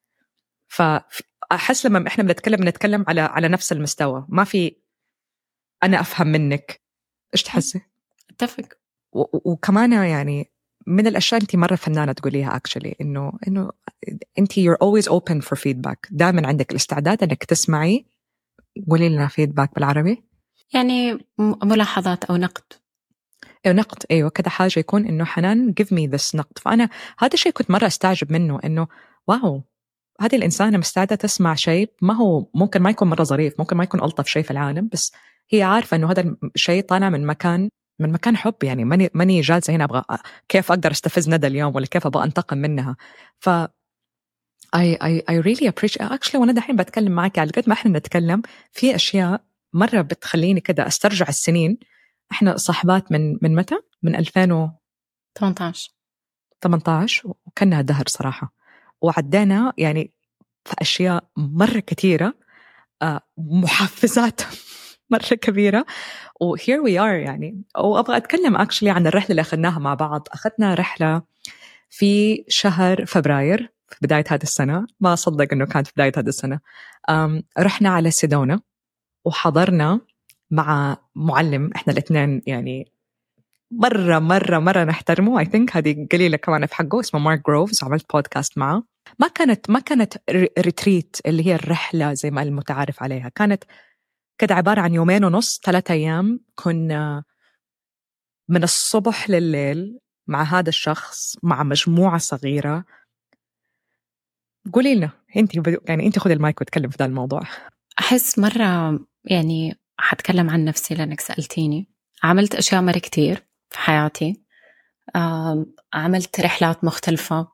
فأحس لما إحنا بنتكلم نتكلم على على نفس المستوى، ما في أنا أفهم منك إيش تحسي. أتفق. وكمان يعني من الأشياء أنت مرة فنانة تقوليها actually، إنه إنه أنت you're always open for feedback، دائما عندك الاستعداد إنك تسمعي. قولي لنا feedback بالعربي، يعني ملاحظات أو نقد. أيوة نقد، أيوة كده حاجة يكون إنه حنان give me this نقد. فأنا هذا الشيء كنت مرة استعجب منه، إنه واو هذه الإنسانة مستعدة تسمع شيء ما هو ممكن ما يكون مرة ظريف، ممكن ما يكون ألطف شيء في العالم، بس هي عارفة إنه هذا الشيء طالع من مكان من مكان حب. يعني ماني ماني جالسة هنا أبغى كيف أقدر أستفز ندى اليوم ولا كيف أبغى أنتقم منها. ف I I I really appreciate actually. وأنا دحين بتكلم معك على قد ما إحنا نتكلم في أشياء مرة بتخليني كده أسترجع السنين. إحنا صاحبات من من متى؟ من ألفين وثمانية عشر وكنا دهر صراحة، وعدينا يعني في أشياء مرة كثيرة، محفزات مرة كبيرة، و here we are يعني. وأبغى أتكلم actually عن الرحلة اللي أخذناها مع بعض. أخذنا رحلة في شهر فبراير في بداية هذه السنة، ما أصدق أنه كانت في بداية هذه السنة. رحنا على سيدونا وحضرنا مع معلم إحنا الاثنين يعني مرة مرة مرة نحترمه. I think هذه قليلة كمان في حقه، اسمه مارك جروفز، عملت بودكاست معه. ما كانت ما كانت ريتريت اللي هي الرحلة زي ما المتعارف عليها، كانت كده عبارة عن يومين ونص ثلاثة أيام. كنا من الصبح لليل مع هذا الشخص مع مجموعة صغيرة. قولي لنا أنت يعني أنت خذي المايك وتكلم في هذا الموضوع. أحس مرة يعني حتكلم عن نفسي لأنك سألتيني. عملت أشياء مرة كتير في حياتي، عملت رحلات مختلفة،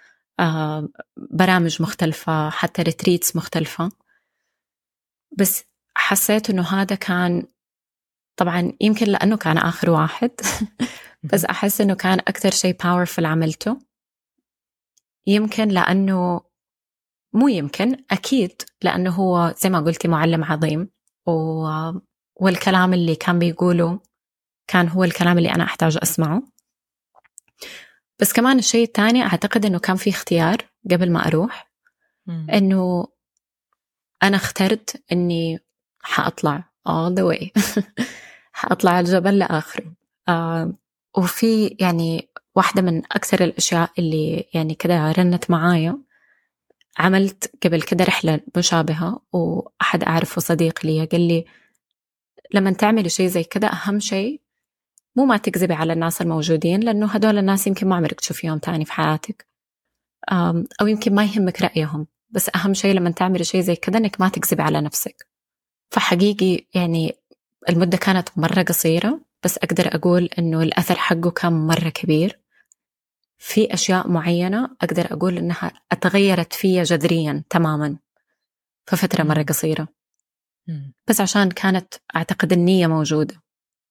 برامج مختلفة، حتى ريتريتس مختلفة، بس حسيت إنه هذا كان طبعا يمكن لأنه كان آخر واحد بس أحس إنه كان أكتر شيء powerful عملته. يمكن لأنه مو يمكن أكيد لأنه هو زي ما قلتي معلم عظيم، و... والكلام اللي كان بيقوله كان هو الكلام اللي أنا أحتاج أسمعه. بس كمان الشيء الثاني أعتقد إنه كان في اختيار قبل ما أروح، إنه أنا اخترت إني حأطلع all the way حأطلع الجبل لآخره. آه وفي يعني واحدة من أكثر الأشياء اللي يعني كده رنت معايا، عملت قبل كده رحلة مشابهة، وأحد أعرفه صديق لي قال لي لما تعملي شيء زي كده أهم شيء مو ما تكذبي على الناس الموجودين، لأنه هدول الناس يمكن ما عمرك تشوفيهم تاني في حياتك، أو يمكن ما يهمك رأيهم، بس أهم شيء لما تعملي شيء زي كده إنك ما تكذبي على نفسك. فحقيقي يعني المدة كانت مرة قصيرة، بس أقدر أقول إنه الأثر حقه كان مرة كبير. في أشياء معينة أقدر أقول إنها أتغيرت فيها جذريا تماما في فترة مرة قصيرة، بس عشان كانت أعتقد النية موجودة.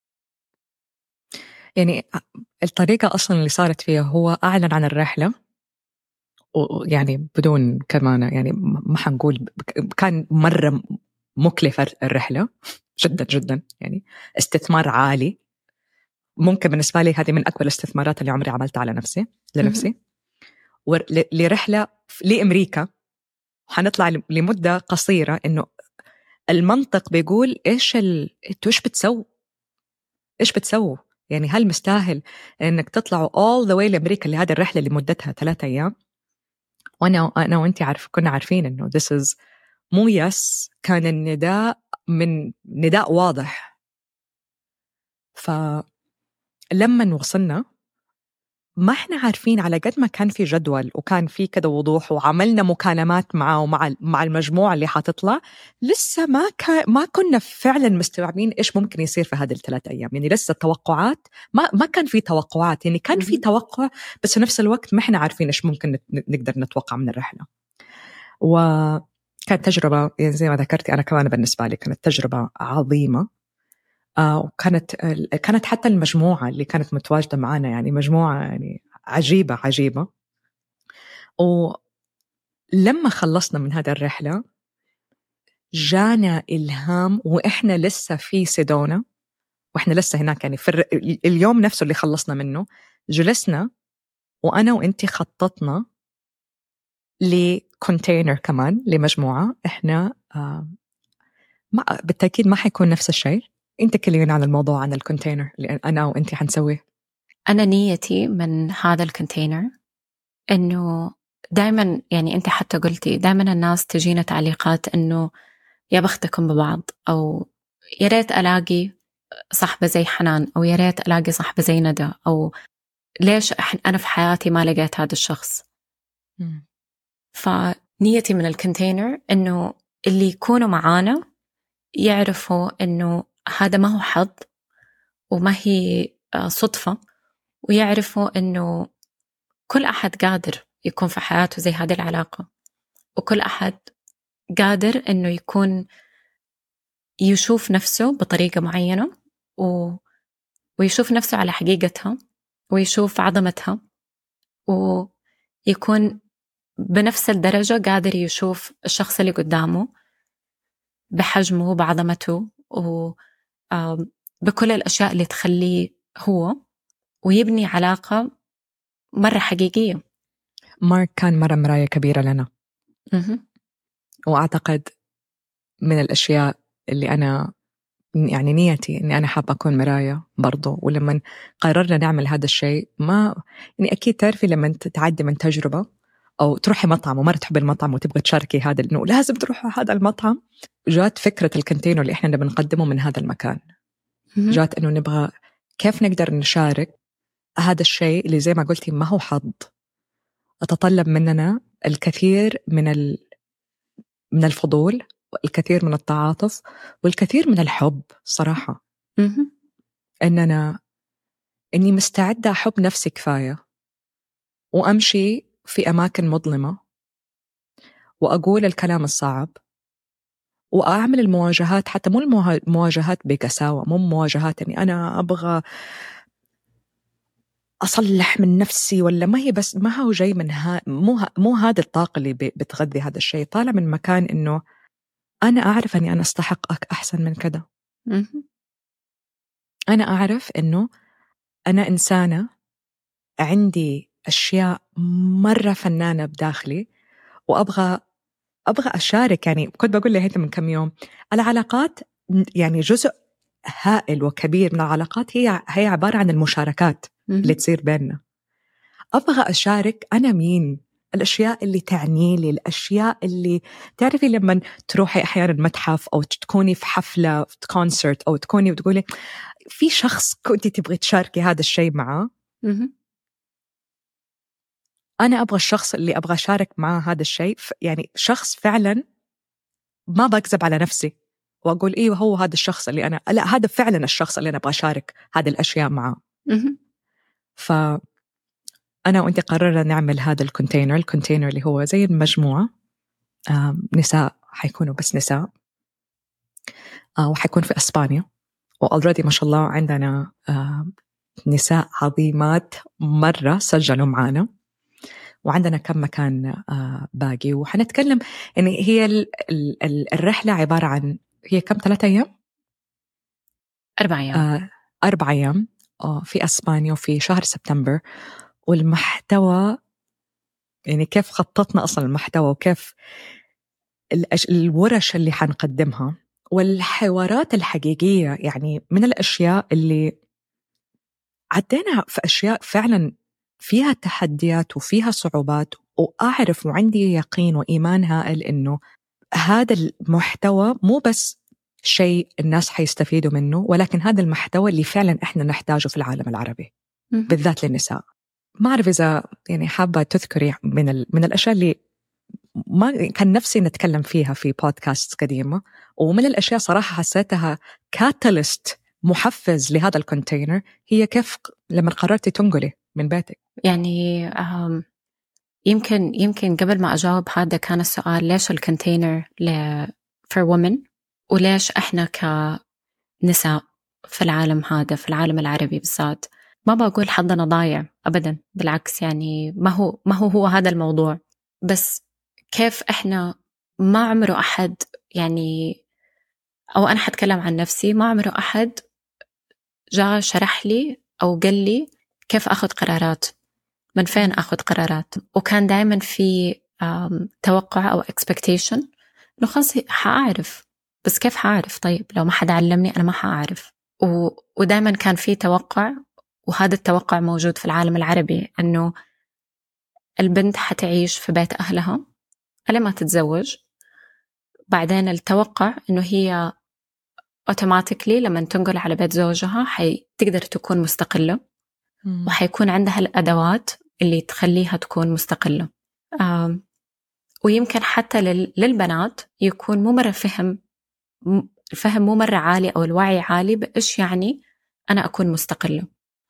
يعني الطريقة أصلا اللي صارت فيها هو أعلن عن الرحلة، ويعني بدون كمان يعني ما حنقول كان مرة مكلفة الرحلة جدا جدا، يعني استثمار عالي. ممكن بالنسبة لي هذه من أكبر الاستثمارات اللي عمري عملتها على نفسي لنفسي، لرحلة لأمريكا. حنطلع لمدة قصيرة. إنه المنطق بيقول إيش ال... إنتوا إيش بتسووا إيش بتسووا يعني هل مستاهل إنك تطلعوا all the way لأمريكا لهذه الرحلة اللي مدتها ثلاثة أيام؟ وأنا أنا وأنتي عارف كنا عارفين إنه this is مو يس، كان النداء من نداء واضح. فلما وصلنا ما احنا عارفين، على قد ما كان في جدول وكان في كده وضوح وعملنا مكالمات معه ومع مع المجموعة اللي حتطلع، لسه ما كان ما كنا فعلا مستوعبين ايش ممكن يصير في هذه الثلاث ايام. يعني لسه التوقعات ما ما كان في توقعات، يعني كان في توقع بس في نفس الوقت ما احنا عارفين ايش ممكن نقدر نتوقع من الرحلة. وكانت تجربة يعني زي ما ذكرتي أنا كمان بالنسبة لي كانت تجربة عظيمة. آه وكانت كانت حتى المجموعة اللي كانت متواجدة معنا يعني مجموعة يعني عجيبة عجيبة. ولما خلصنا من هذا الرحلة جانا إلهام، وإحنا لسه في سيدونا وإحنا لسه هناك يعني في اليوم نفسه اللي خلصنا منه، جلسنا وأنا وإنتي خططنا لكونتينر كمان لمجموعة. إحنا آه ما بالتأكيد ما حيكون نفس الشيء. أنت كلمين عن الموضوع عن الكونتينر اللي أنا وأنتي حنسويه. أنا نيتي من هذا الكونتينر إنه دائما يعني أنت حتى قلتي دائما الناس تجينا تعليقات إنه يا بختكم ببعض، أو يا ريت ألاقي صاحبة زي حنان، أو يا ريت ألاقي صاحبة زي ندى، أو ليش أنا في حياتي ما لقيت هذا الشخص. م. فنيتي من الكونتينر إنه اللي يكونوا معانا يعرفوا إنه هذا ما هو حظ وما هي صدفة، ويعرفوا إنه كل أحد قادر يكون في حياته زي هذه العلاقة، وكل أحد قادر إنه يكون يشوف نفسه بطريقة معينة و... ويشوف نفسه على حقيقتها ويشوف عظمتها، ويكون بنفس الدرجة قادر يشوف الشخص اللي قدامه بحجمه بعظمته وبكل الأشياء اللي تخليه هو، ويبني علاقة مرة حقيقية. مارك كان مرة مراية كبيرة لنا. م- وأعتقد من الأشياء اللي أنا يعني نيتي أني أنا حابة أكون مراية برضو. ولما قررنا نعمل هذا الشيء ما يعني أكيد تعرفي لما تعدي من تجربة أو تروحي مطعم وما تحبي المطعم وتبغى تشاركي هذا إنه لازم تروحوا هذا المطعم، جات فكرة الكونتينر اللي إحنا بنقدمه من هذا المكان. جات إنه نبغى كيف نقدر نشارك هذا الشيء اللي زي ما قلتي ما هو حظ، أتطلب مننا الكثير من ال... من الفضول والكثير من التعاطف والكثير من الحب صراحة. إننا إني مستعدة أحب نفسي كفاية وأمشي في أماكن مظلمة وأقول الكلام الصعب وأعمل المواجهات، حتى مو المواجهات بقساوة، مو مواجهات إني أنا أبغى أصلح من نفسي ولا ما هي، بس ما هو جاي من ها مو ها مو هذا الطاقة اللي بتغذي هذا الشيء. طالع من مكان إنه أنا أعرف أني أنا أستحق أحسن من كده. أنا أعرف إنه أنا إنسانة عندي أشياء مرة فنانة بداخلي وأبغى أبغى أشارك. يعني كنت بقول لهيثم من كم يوم العلاقات يعني جزء هائل وكبير من العلاقات هي هي عبارة عن المشاركات اللي تصير بيننا. أبغى أشارك أنا مين، الأشياء اللي تعني لي، الأشياء اللي تعرفي لما تروحي أحيانا متحف أو تكوني في حفلة في كونسرت أو تكوني وتقولي في شخص كنت تبغي تشاركي هذا الشيء معه. أنا أبغى الشخص اللي أبغى أشارك معه هذا الشيء، يعني شخص فعلا ما بكذب على نفسي وأقول إيه هو هذا الشخص اللي أنا، لا هذا فعلا الشخص اللي أنا أبغى أشارك هذه الأشياء معه. فأنا وأنت قررنا نعمل هذا الكونتينر الكونتينر اللي هو زي المجموعة، نساء حيكونوا بس نساء، وحيكون في أسبانيا، وألريدي ما شاء الله عندنا نساء عظيمات مرة سجلوا معنا، وعندنا كم مكان باقي. وحنتكلم يعني هي الرحلة عبارة عن هي كم ثلاثة أيام أربع أيام آه، أربع أيام في أسبانيا وفي شهر سبتمبر. والمحتوى يعني كيف خططنا أصلا المحتوى وكيف الورش اللي حنقدمها والحوارات الحقيقية، يعني من الأشياء اللي عدينا في أشياء فعلا فيها تحديات وفيها صعوبات، وأعرف وعندي يقين وإيمان هائل إنه هذا المحتوى مو بس شيء الناس حيستفيدوا منه، ولكن هذا المحتوى اللي فعلا إحنا نحتاجه في العالم العربي بالذات للنساء. ما أعرف إذا يعني حابة تذكري من ال... من الأشياء اللي ما كان نفسي نتكلم فيها في بودكاست قديمة، ومن الأشياء صراحة حسيتها كاتاليست محفز لهذا الكونتينر، هي كيف لما قررتي تنقلي من بيتك. يعني يمكن يمكن قبل ما أجاوب هذا كان السؤال ليش الكونتينر ل for women، وليش إحنا كنساء في العالم هذا، في العالم العربي بالذات. ما بقول حظنا ضايع أبدا، بالعكس، يعني ما هو ما هو هو هذا الموضوع، بس كيف إحنا ما عمره أحد، يعني أو أنا حتكلم عن نفسي، ما عمره أحد جاء شرح لي أو قال لي كيف أخذ قرارات، من فين أخذ قرارات. وكان دائما في توقع أو expectation إنه خلاص حأعرف، بس كيف حأعرف؟ طيب لو ما حد علمني أنا ما حأعرف. و... ودائما كان في توقع، وهذا التوقع موجود في العالم العربي، أنه البنت حتعيش في بيت أهلها ألا ما تتزوج، بعدين التوقع أنه هي automatically لما تنقل على بيت زوجها حتقدر تكون مستقلة، وحيكون عندها الأدوات اللي تخليها تكون مستقلة. ويمكن حتى للبنات يكون مو مرة فهم الفهم مو مرة عالي أو الوعي عالي بإيش يعني أنا أكون مستقلة.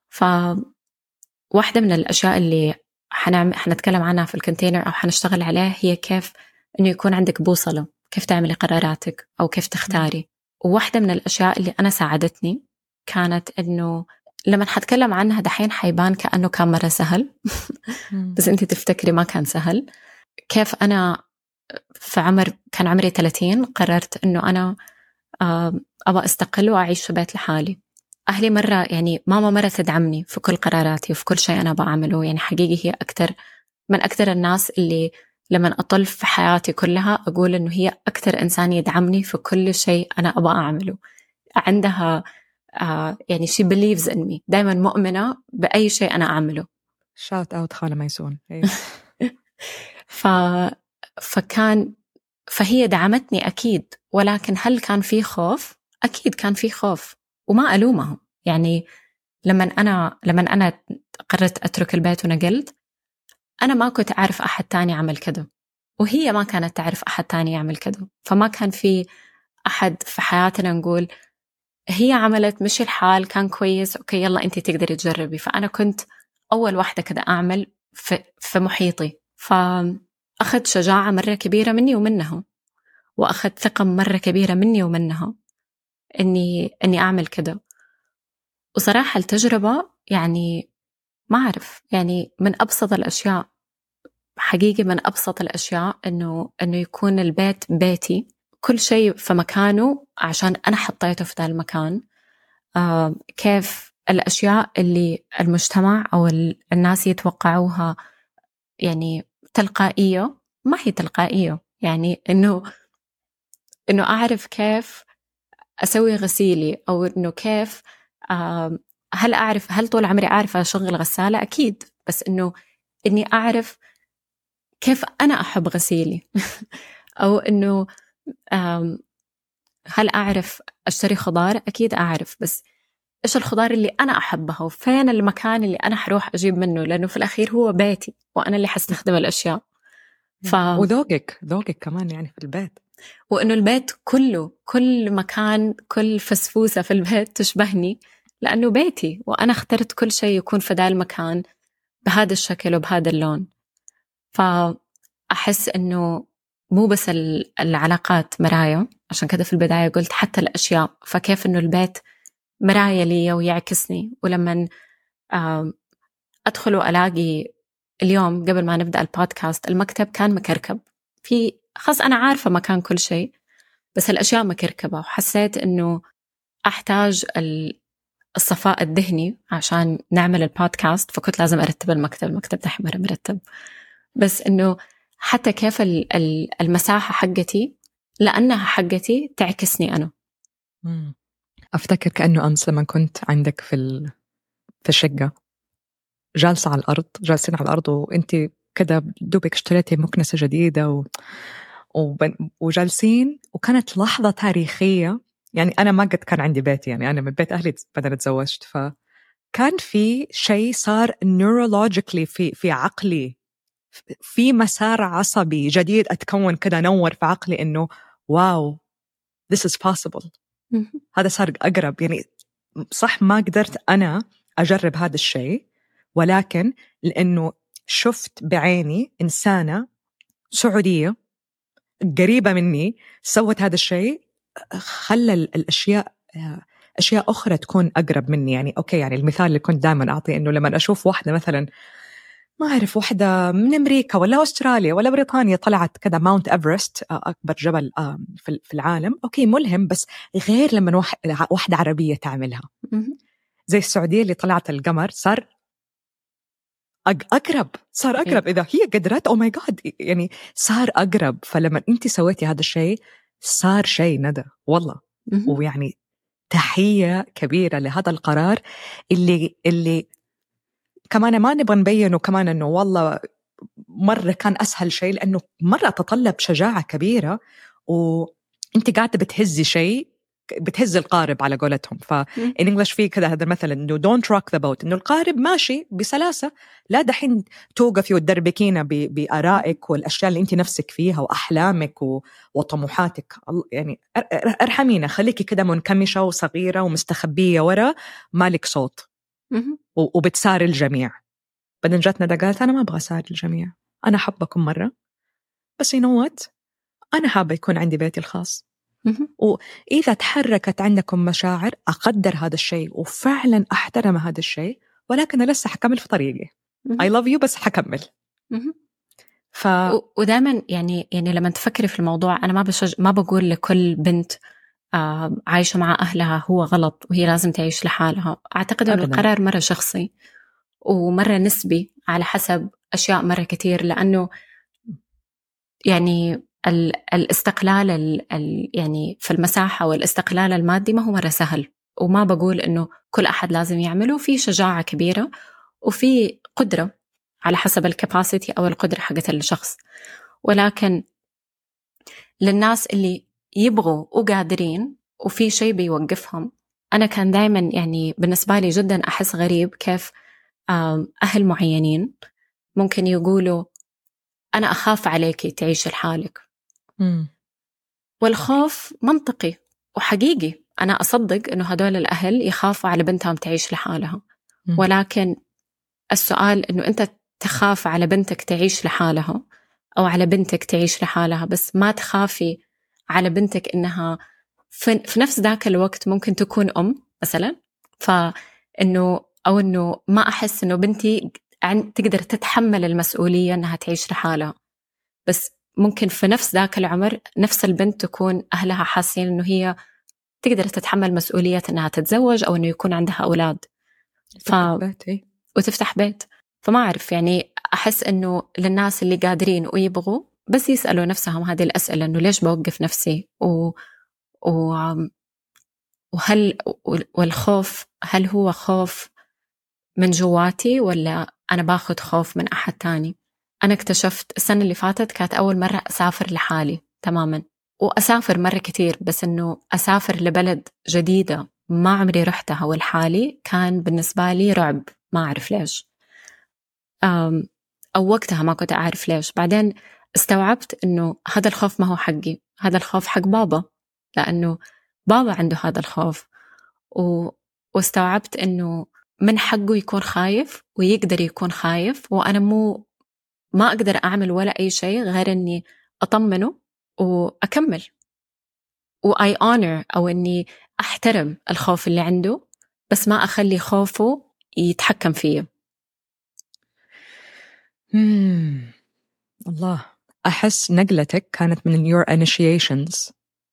فواحدة من الأشياء اللي حنعمل حنتكلم عنها في الكونتينر أو حنشتغل عليها هي كيف إنه يكون عندك بوصلة، كيف تعملي قراراتك أو كيف تختاري. وواحدة من الأشياء اللي أنا ساعدتني كانت إنه لما حتكلم عنها دحين حيبان كأنه كان مرة سهل بس أنت تفتكري ما كان سهل. كيف أنا في عمر كان عمري ثلاثين قررت إنه أنا أبغى أستقل وأعيش في بيت لحالي. أهلي مرة يعني ماما مرة تدعمني في كل قراراتي وفي كل شيء أنا بعمله، يعني حقيقي هي أكتر من أكتر الناس اللي لما أطل في حياتي كلها أقول إنه هي أكتر إنسان يدعمني في كل شيء أنا أبغى أعمله. عندها آه يعني she believes in me، دايما مؤمنة بأي شيء أنا أعمله. shout out خالة ميسون. ف... فكان فهي دعمتني أكيد، ولكن هل كان في خوف؟ أكيد كان في خوف، وما ألومهم. يعني لما أنا لما أنا قررت أترك البيت ونقلت، أنا ما كنت أعرف أحد تاني عمل كده، وهي ما كانت تعرف أحد تاني يعمل كده، فما كان في أحد في حياتنا نقول هي عملت مشي الحال كان كويس أوكي يلا أنت تقدري تجربي. فأنا كنت أول واحدة كده أعمل في, في محيطي، فأخذت شجاعة مرة كبيرة مني ومنها، وأخذت ثقة مرة كبيرة مني ومنها إني إني أعمل كده. وصراحة التجربة يعني ما أعرف، يعني من أبسط الأشياء، حقيقي من أبسط الأشياء إنه إنه يكون البيت بيتي، كل شيء في مكانه عشان أنا حطيته في ذا المكان. آه كيف الأشياء اللي المجتمع أو الناس يتوقعوها يعني تلقائية، ما هي تلقائية، يعني إنه إنه أعرف كيف أسوي غسيلي، أو إنه كيف هل أعرف هل طول عمري أعرف أشغل غسالة؟ أكيد، بس إنه إني أعرف كيف أنا أحب غسيلي أو إنه هل أعرف أشتري خضار؟ أكيد أعرف، بس إيش الخضار اللي أنا أحبها وفين المكان اللي أنا حروح أجيب منه، لأنه في الأخير هو بيتي وأنا اللي حستخدم الأشياء. ف... وذوقك ذوقك كمان يعني في البيت، وإنه البيت كله، كل مكان، كل فسفوسة في البيت تشبهني، لأنه بيتي وأنا اخترت كل شيء يكون في ذا المكان بهذا الشكل وبهذا اللون. فأحس إنه مو بس العلاقات مرايا، عشان كده في البداية قلت حتى الأشياء، فكيف إنه البيت مرايا لي ويعكسني. ولما أدخل وألاقي اليوم قبل ما نبدأ البودكاست المكتب كان مكركب، في خاص أنا عارفة مكان كل شيء بس الأشياء مكركبة، وحسيت إنه أحتاج الصفاء الذهني عشان نعمل البودكاست، فكنت لازم أرتب المكتب. المكتب تحمر مرتب، بس إنه حتى كيف المساحة حقتي لأنها حقتي تعكسني أنا. أفتكر كأنه أمس لما كنت عندك في ال... في الشقة جالسة على الأرض، جالسين على الأرض وأنت كده دوبك اشتريتي مكنسة جديدة و... و... وجالسين، وكانت لحظة تاريخية. يعني أنا ما قد كان عندي بيت، يعني أنا من بيت أهلي بدأت تزوجت، فكان في شيء صار neurologically في في عقلي، في مسار عصبي جديد أتكون كده، نور في عقلي إنه واو this is possible. هذا صار أقرب. يعني صح ما قدرت أنا أجرب هذا الشيء، ولكن لأنه شفت بعيني إنسانة سعودية قريبة مني سوت هذا الشيء، خلى الأشياء أشياء أخرى تكون أقرب مني. يعني أوكي، يعني المثال اللي كنت دائما أعطي إنه لما أشوف واحدة مثلا ما أعرف واحدة من أمريكا ولا أستراليا ولا بريطانيا طلعت كذا ماونت إيفرست، أكبر جبل في العالم، أوكي ملهم، بس غير لما واحدة عربية تعملها. زي السعودية اللي طلعت القمر، صار أقرب، صار أقرب. إذا هي قدرت أو ماي جاد، يعني صار أقرب. فلما أنت سويتي هذا الشيء صار شيء ندى والله. ويعني تحية كبيرة لهذا القرار اللي اللي كمان ما نبغى نبينه كمان إنه والله مرة كان أسهل شيء، لأنه مرة تطلب شجاعة كبيرة، وأنت قاعدة بتهزي شيء، بتهز القارب على قولتهم. فإن إنجلش فيه كذا هذا مثلا إنه don't rock the boat، إنه القارب ماشي بسلاسة، لا دحين توقفي وتدربكينا بآرائك والأشياء اللي أنت نفسك فيها وأحلامك وطموحاتك. يعني أرحمينا، خليكي كده منكمشة وصغيرة ومستخبية ورا، مالك صوت وبتسار الجميع. بعدين جاتنا دا قالت أنا ما أبغى أساعد الجميع، أنا حبكم مرة بس ينوت، أنا حابة يكون عندي بيتي الخاص. وإذا تحركت عندكم مشاعر أقدر هذا الشيء وفعلا أحترم هذا الشيء، ولكن أنا لسه حكمل في طريقي. I love you بس حكمل. ف... ودائما يعني يعني لما تفكري في الموضوع، أنا ما بشج... ما بقول لكل بنت آه عايشة مع أهلها هو غلط وهي لازم تعيش لحالها. أعتقد أن القرار مرة شخصي ومرة نسبي على حسب أشياء مرة كتير، لأنه يعني الاستقلال ال ال يعني في المساحة والاستقلال المادي ما هو مرة سهل، وما بقول إنه كل أحد لازم يعمله. في شجاعة كبيرة وفي قدرة على حسب الكاباسيتي أو القدرة حقت الشخص، ولكن للناس اللي يبغوا وقادرين وفي شيء بيوقفهم، أنا كان دايما يعني بالنسبة لي جدا أحس غريب كيف أهل معينين ممكن يقولوا أنا أخاف عليكي تعيش لحالك. مم. والخوف منطقي وحقيقي، أنا أصدق أنه هدول الأهل يخافوا على بنتهم تعيش لحالها. مم. ولكن السؤال أنه أنت تخاف على بنتك تعيش لحالها أو على بنتك تعيش لحالها، بس ما تخافي على بنتك أنها في, في نفس ذاك الوقت ممكن تكون أم مثلا، فإنه أو أنه ما أحس أنه بنتي تقدر تتحمل المسؤولية أنها تعيش لحالها، بس ممكن في نفس ذاك العمر نفس البنت تكون أهلها حاسين أنه هي تقدر تتحمل مسؤولية أنها تتزوج أو أنه يكون عندها أولاد ف... وتفتح بيت. فما أعرف، يعني أحس أنه للناس اللي قادرين ويبغوا بس يسألوا نفسهم هذه الأسئلة، أنه ليش بوقف نفسي و... و... وهل والخوف هل هو خوف من جواتي ولا أنا باخد خوف من أحد تاني؟ أنا اكتشفت السنة اللي فاتت كانت أول مرة أسافر لحالي تماما، وأسافر مرة كتير، بس أنه أسافر لبلد جديدة ما عمري رحتها والحالي كان بالنسبة لي رعب، ما أعرف ليش، أو وقتها ما كنت أعرف ليش. بعدين استوعبت أنه هذا الخوف ما هو حقي، هذا الخوف حق بابا، لأنه بابا عنده هذا الخوف، و... واستوعبت أنه من حقه يكون خايف ويقدر يكون خايف، وأنا مو ما أقدر أعمل ولا أي شيء غير أني أطمنه وأكمل، وآي honor أو أني أحترم الخوف اللي عنده، بس ما أخلي خوفه يتحكم فيه. مم. الله، أحس نقلتك كانت من your initiations.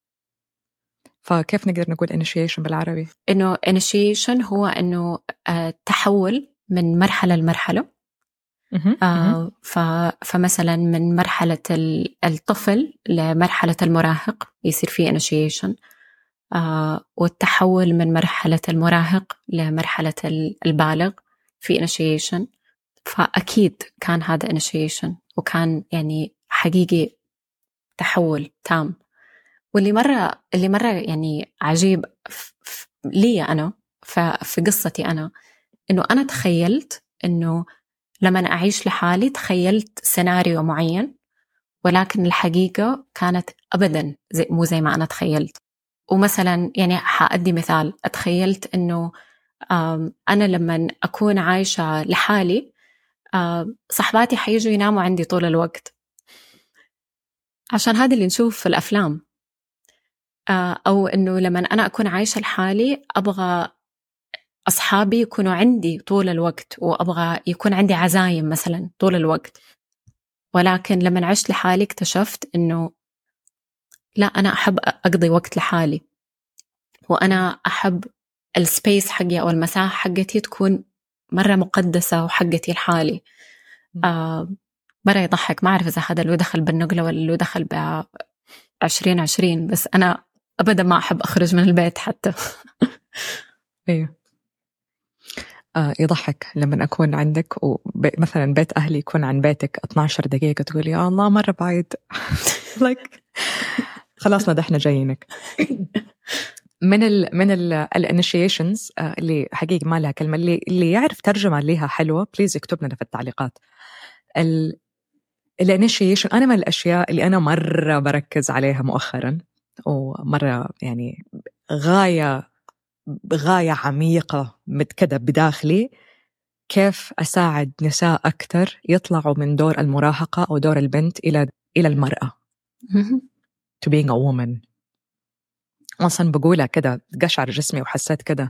فكيف نقدر نقول initiation بالعربي؟ إنه initiation هو إنه آه تحول من مرحلة لمرحلة. آه فمثلا من مرحلة الطفل لمرحلة المراهق يصير فيه initiation، آه والتحول من مرحلة المراهق لمرحلة البالغ في initiation. فأكيد كان هذا initiation، وكان يعني حقيقي تحول تام. واللي مرة اللي مرة يعني عجيب لي أنا في قصتي أنا، إنه أنا تخيلت إنه لما أنا أعيش لحالي تخيلت سيناريو معين، ولكن الحقيقة كانت أبدا زي مو زي ما أنا تخيلت. ومثلا يعني حأدي مثال، أتخيلت إنه أنا لما أكون عايشة لحالي صحباتي حيجوا يناموا عندي طول الوقت، عشان هذا اللي نشوف في الأفلام. أو إنه لما أنا أكون عايشة لحالي أبغى أصحابي يكونوا عندي طول الوقت، وأبغى يكون عندي عزايم مثلا طول الوقت. ولكن لما عشت لحالي اكتشفت إنه لا، أنا أحب أقضي وقت لحالي، وأنا أحب السبيس حقي أو المساحة حقتي تكون مرة مقدسة وحقتي لحالي. آه مرة يضحك، ما أعرف إذا هذا اللي دخل بالنقلة ولا اللي دخل بعشرين عشرين، بس أنا أبدا ما أحب أخرج من البيت حتى. أيوه، آه يضحك لما أكون عندك ومثلا بيت أهلي يكون عن بيتك اثنا عشر دقيقة تقول يا الله مرة بعيد. like خلاص نحن جايينك. من ال من الانيشيشنز اللي حقيقي ما لها كلمة، اللي اللي يعرف ترجمة لها حلوة بليز يكتب لنا في التعليقات. الانيشيشن أنا من الأشياء اللي أنا مرة بركز عليها مؤخرا، ومرة يعني غاية غاية عميقة متكدة بداخلي، كيف أساعد نساء أكتر يطلعوا من دور المراهقة أو دور البنت إلى إلى المرأة to being a woman. أصلا بقولها كده قشعر جسمي وحسيت كده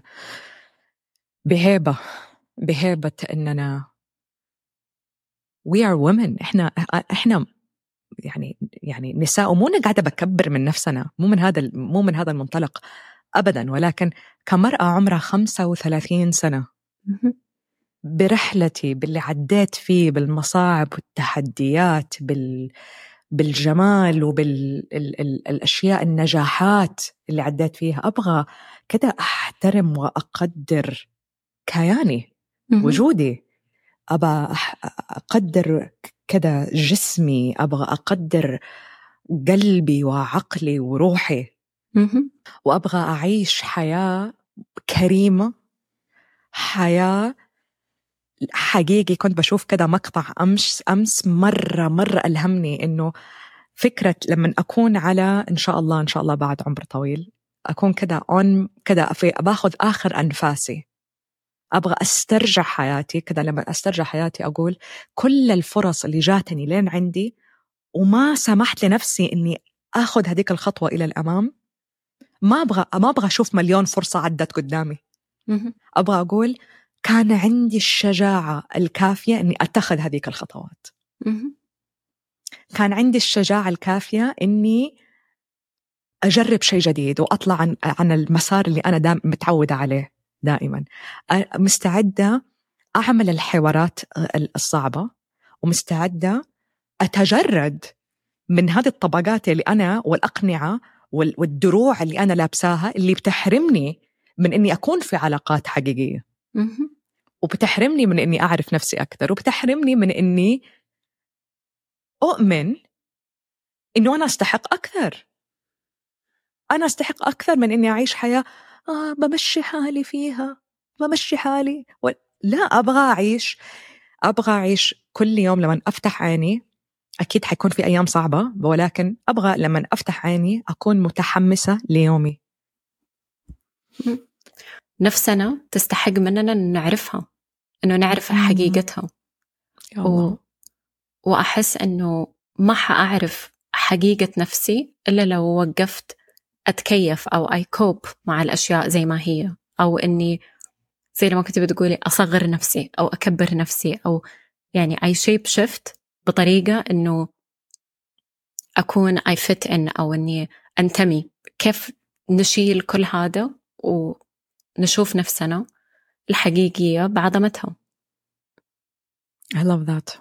بهيبة بهيبة إننا we are women. إحنا إحنا يعني يعني نساء، ومو أنا قاعدة بكبر من نفسنا، مو من هذا مو من هذا المنطلق أبدا، ولكن كمرأة عمرها خمسة وثلاثين سنة برحلتي باللي عديت فيه، بالمصاعب والتحديات، بال بالجمال وبالأشياء النجاحات اللي عديت فيها، أبغى كده أحترم وأقدر كياني وجودي، أبغى أقدر كده جسمي، أبغى أقدر قلبي وعقلي وروحي، وأبغى أعيش حياة كريمة، حياة حقيقي. كنت بشوف كده مقطع أمس أمس مرة مرة ألهمني، إنه فكرة لما أكون على إن شاء الله إن شاء الله بعد عمر طويل أكون كده on كده في باخذ آخر أنفاسي، أبغى أسترجع حياتي كده. لما أسترجع حياتي أقول كل الفرص اللي جاتني لين عندي وما سمحت لنفسي إني أخذ هذيك الخطوة إلى الأمام، ما أبغى ما أبغى أشوف مليون فرصة عدت قدامي. أبغى أقول كان عندي الشجاعة الكافية إني أتخذ هذيك الخطوات، كان عندي الشجاعة الكافية إني أجرب شيء جديد وأطلع عن عن المسار اللي أنا دائما متعودة عليه دائما، مستعدة أعمل الحوارات الصعبة، ومستعدة أتجرد من هذه الطبقات اللي أنا والأقنعة والدروع اللي أنا لابساها اللي بتحرمني من إني أكون في علاقات حقيقية، وبتحرمني من إني أعرف نفسي أكثر، وبتحرمني من إني أؤمن إنه أنا أستحق أكثر. أنا أستحق أكثر من إني أعيش حياة آه بمشي حالي فيها، بمشي حالي و... لا، أبغى أعيش أبغى أعيش كل يوم لما أفتح عيني. أكيد حيكون في أيام صعبة، ولكن أبغى لما أفتح عيني أكون متحمسة ليومي. نفسنا تستحق مننا أن نعرفها، أنه نعرف حقيقتها. و... وأحس أنه ما حأعرف حقيقة نفسي إلا لو وقفت أتكيف أو أي كوب مع الأشياء زي ما هي، أو أني زي لما كنت بتقولي أصغر نفسي أو أكبر نفسي، أو يعني أي شيب شفت بطريقة أنه أكون I fit in أو أني أنتمي. كيف نشيل كل هذا ونشوف نفسنا الحقيقية بعظمتها. I love that.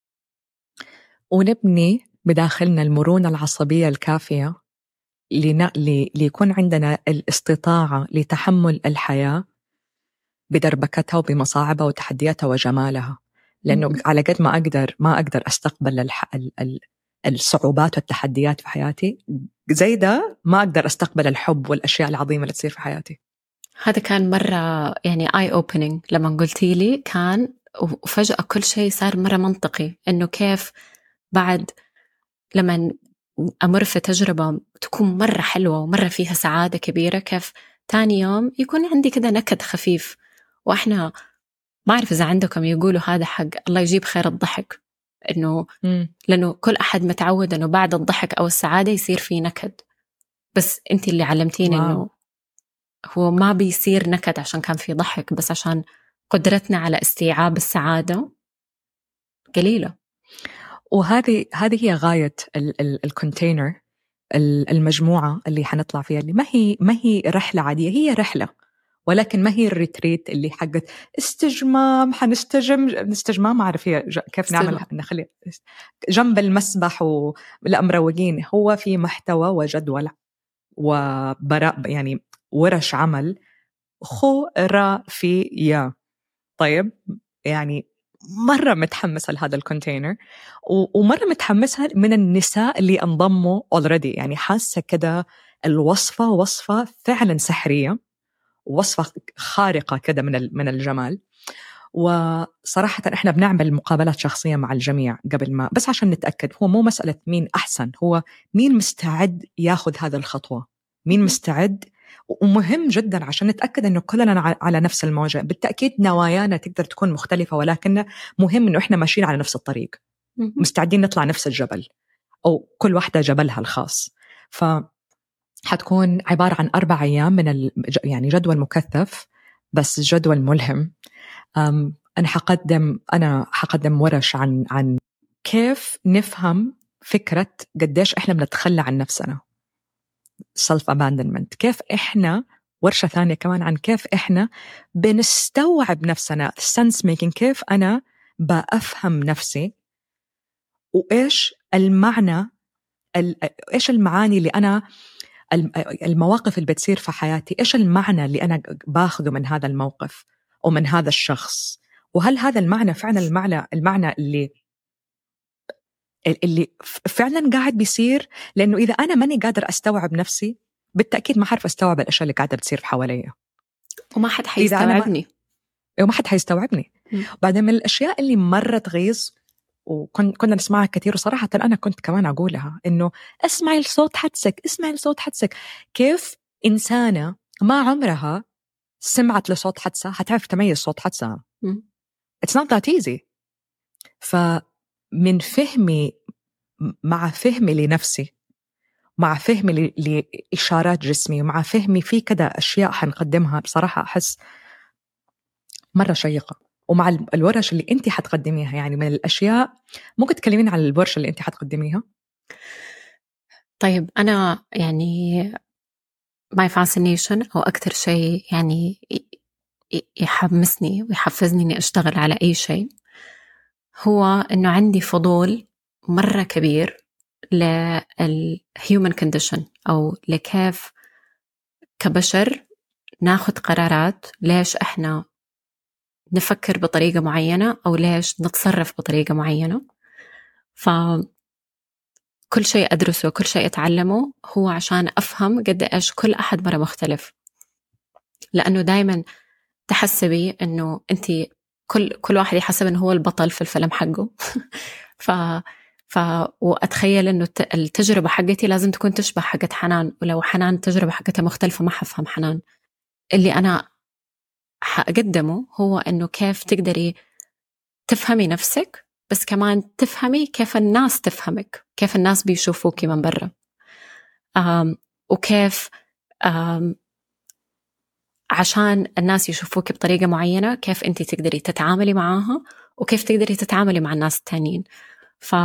ونبني بداخلنا المرونة العصبية الكافية ليكون عندنا الاستطاعة لتحمل الحياة بدربكتها وبمصاعبها وتحدياتها وجمالها. لأنه م- على قد ما أقدر ما أقدر أستقبل الح... ال... ال... الصعوبات والتحديات في حياتي، زي ده ما أقدر أستقبل الحب والأشياء العظيمة اللي تصير في حياتي. هذا كان مرة يعني eye opening لما قلتي لي، كان وفجأة كل شيء صار مرة منطقي. إنه كيف بعد لما أمر في تجربة تكون مرة حلوة ومرة فيها سعادة كبيرة، كيف تاني يوم يكون عندي كده نكد خفيف. وإحنا ما أعرف إذا عندكم يقولوا هذا حق الله يجيب خير الضحك، إنه م. لأنه كل أحد متعود إنه بعد الضحك أو السعادة يصير فيه نكد، بس أنت اللي علمتيني إنه هو ما بيصير نكد عشان كان في ضحك، بس عشان قدرتنا على استيعاب السعادة قليلة. وهذه هذه هي غاية الكونتينر، المجموعة اللي حنطلع فيها، اللي ما هي ما هي رحلة عادية، هي رحلة، ولكن ما هي الريتريت اللي حقت استجمام. حنستجم نستجمام، عارف هي كيف نعمل، نخلي جنب المسبح ولا مروقين. هو في محتوى وجدول وبراء، يعني ورش عمل خرافية. طيب يعني مرة متحمسة لهذا الكونتينر، ومرة متحمسة من النساء اللي انضموا already. يعني حاسة كده الوصفة وصفة فعلا سحرية، وصفة خارقة كده من من الجمال. وصراحة إحنا بنعمل مقابلات شخصية مع الجميع قبل ما، بس عشان نتأكد. هو مو مسألة مين أحسن، هو مين مستعد ياخذ هذا الخطوة، مين مستعد. ومهم جدا عشان نتأكد أنه كلنا على نفس الموجة. بالتأكيد نوايانا تقدر تكون مختلفة، ولكن مهم أنه إحنا ماشيين على نفس الطريق، مستعدين نطلع نفس الجبل، أو كل واحدة جبلها الخاص. ف حتكون عبارة عن أربع أيام من ال... يعني جدول مكثف، بس جدول ملهم. أم أنا حقدم أنا حقدم ورش عن عن كيف نفهم فكرة قديش إحنا بنتخلى عن نفسنا، self abandonment. كيف إحنا ورشة ثانية كمان عن كيف إحنا بنستوعب نفسنا، sense making. كيف أنا بأفهم نفسي، وإيش المعنى ال... إيش المعاني اللي أنا، المواقف اللي بتصير في حياتي، إيش المعنى اللي أنا باخذه من هذا الموقف ومن هذا الشخص. وهل هذا المعنى فعلا المعنى المعنى اللي اللي فعلا قاعد بيصير؟ لأنه إذا أنا ماني قادر أستوعب نفسي، بالتأكيد ما حعرف أستوعب الأشياء اللي قاعدة بتصير في حواليا، وما حد حيستوعبني وما حد حيستوعبني. بعدين من الأشياء اللي مرة تغيظ وكنا نسمعها كثير، وصراحة أنا كنت كمان أقولها، إنه اسمعي لصوت حدسك، اسمعي لصوت حدسك. كيف إنسانة ما عمرها سمعت لصوت حدسة هتعرف تميز صوت حدسها؟ It's not that easy. فمن فهمي مع فهمي لنفسي، مع فهمي لإشارات جسمي، ومع فهمي في كده أشياء حنقدمها، بصراحة أحس مرة شيقة. ومع الورش اللي أنت حتقدميها، يعني من الأشياء، ممكن تكلمين عن الورشة اللي أنت حتقدميها؟ طيب أنا يعني my fascination أو أكتر شيء يعني يحمسني ويحفزني إني أشتغل على أي شيء، هو إنه عندي فضول مرة كبير للhuman condition أو لكيف كبشر ناخد قرارات، ليش إحنا نفكر بطريقة معينة أو ليش نتصرف بطريقة معينة. فكل شيء أدرسه، كل شيء أتعلمه هو عشان أفهم قد إيش كل أحد مرة مختلف، لأنه دايما تحسبي أنه أنت كل كل واحد يحسب أنه هو البطل في الفيلم حقه. ف ف وأتخيل أنه التجربة حقتي لازم تكون تشبه حقت حنان، ولو حنان التجربة حقتها مختلفة ما حفهم حنان. اللي أنا حقدمه هو أنه كيف تقدري تفهمي نفسك، بس كمان تفهمي كيف الناس تفهمك، كيف الناس بيشوفوكي من برا، أم وكيف أم عشان الناس يشوفوك بطريقة معينة كيف أنت تقدري تتعاملي معاها وكيف تقدري تتعاملي مع الناس التانيين. ف...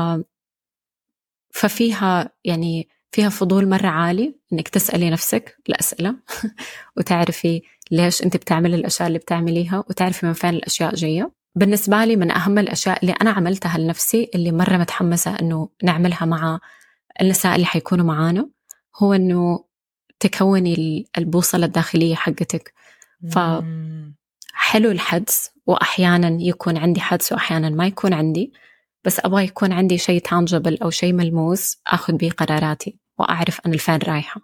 ففيها يعني فيها فضول مرة عالي إنك تسألي نفسك الأسئلة وتعرفي ليش أنت بتعملي الأشياء اللي بتعمليها، وتعرفي من فين الأشياء جاية. بالنسبة لي من أهم الأشياء اللي أنا عملتها لنفسي اللي مرة متحمسة إنه نعملها مع النساء اللي حيكونوا معانا هو إنه تكوني البوصلة الداخلية حقتك. فحلو الحدس، وأحيانا يكون عندي حدس وأحيانا ما يكون عندي، بس أبغى يكون عندي شيء تانجبل أو شيء ملموس أخذ به قراراتي وأعرف أنا الفين رايحة.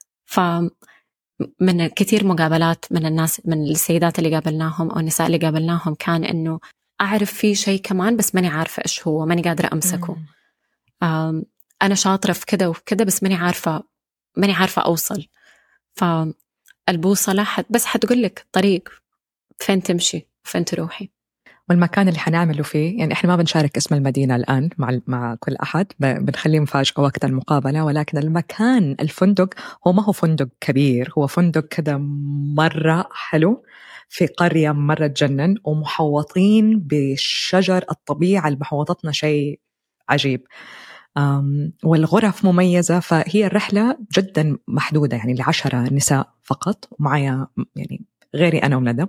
فمن كثير مقابلات من الناس، من السيدات اللي قابلناهم أو النساء اللي قابلناهم، كان إنه أعرف فيه شيء كمان بس ماني عارفة إيش هو، ماني قادرة أمسكه. أنا شاطرة في كده وفي كده بس ماني عارفة ماني عارفة أوصل. فالبوصلة حت بس حتقولك طريق فين تمشي وفين تروحي. والمكان اللي حنعمله فيه، يعني إحنا ما بنشارك اسم المدينة الآن مع مع كل أحد، بنخليه مفاجأة وقت المقابلة، ولكن المكان الفندق هو ما هو فندق كبير، هو فندق كده مرة حلو في قرية مرة تجنن، ومحوطين بالشجر، الطبيعة اللي محوطتنا شيء عجيب. والغرف مميزة. فهي الرحلة جدا محدودة، يعني لعشرة نساء فقط، ومعايا يعني غيري أنا وندى.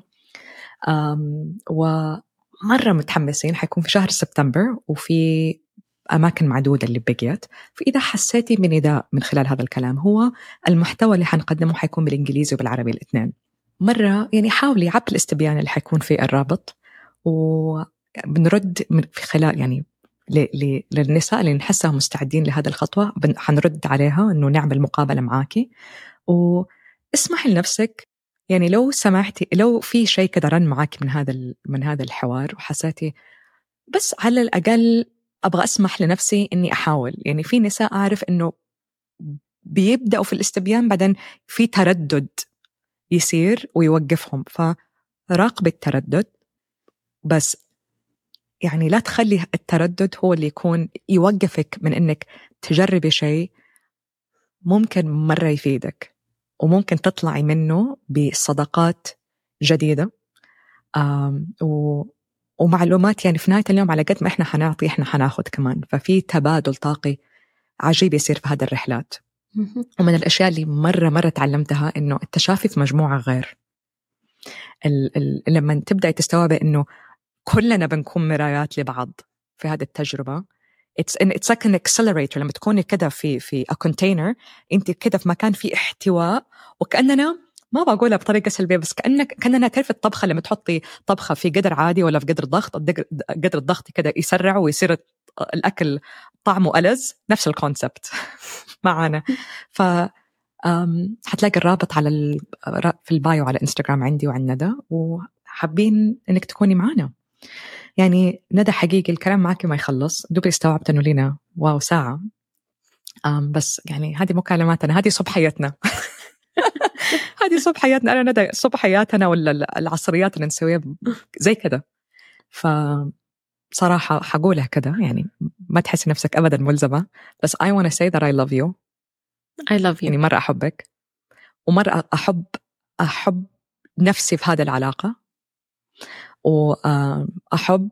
ومرة متحمسين، حيكون في شهر سبتمبر وفي أماكن معدودة اللي بقيت. فإذا حسيتي بنداء من خلال هذا الكلام، هو المحتوى اللي حنقدمه حيكون بالإنجليزي وبالعربي الاثنين. مرة يعني حاولي عبر الاستبيان اللي حيكون في الرابط، وبنرد في خلال يعني للنساء اللي نحسها مستعدين لهذا الخطوة، حنرد عليها إنه نعمل مقابلة معاكي. واسمحي لنفسك، يعني لو سمحتي، لو في شيء كده رن معاكي من هذا من هذا الحوار وحسيتي بس على الأقل أبغى أسمح لنفسي إني أحاول. يعني في نساء أعرف إنه بيبدأوا في الاستبيان بعدين في تردد يصير ويوقفهم، فراقب التردد، بس يعني لا تخلي التردد هو اللي يكون يوقفك من إنك تجربي شيء ممكن مرة يفيدك، وممكن تطلعي منه بصداقات جديدة ومعلومات. يعني في نهاية اليوم على قد ما إحنا حنعطي إحنا حناخد كمان، ففي تبادل طاقي عجيب يصير في هذه الرحلات. ومن الأشياء اللي مرة مرة تعلمتها إنه التشافي في مجموعة غير. ال ال لما تبدأ تستوعب إنه كلنا بنكون مرايات لبعض في هذه التجربة. It's in it's like an accelerator. لما تكوني كده في في a container، أنت كده في مكان فيه احتواء، وكأننا ما بقولها بطريقة سلبية، بس كأنك كأننا تعرف الطبخة لما تحطي طبخة في قدر عادي ولا في قدر ضغط، قدر الضغط كده يسرع ويصير الأكل طعمه ألذ، نفس الكونسبت معنا. ف حتلاقي الرابط على ال... في البايو على إنستغرام عندي وعن ندى، وحابين إنك تكوني معنا. يعني ندى حقيقي الكلام معك ما يخلص، دوبي استوعبت إنه لينا واو ساعة. أم بس يعني هذه مكالماتنا، هذه صبحيتنا هذه صبحياتنا أنا ندى، صبحياتنا ولا العصريات اللي نسويها زي كده. فصراحة حقولها كده، يعني ما تحسي نفسك أبدا ملزمة، بس I want to say that I love you. I love you. يعني مرة أحبك، ومرة أحب أحب نفسي في هذه العلاقة، وأحب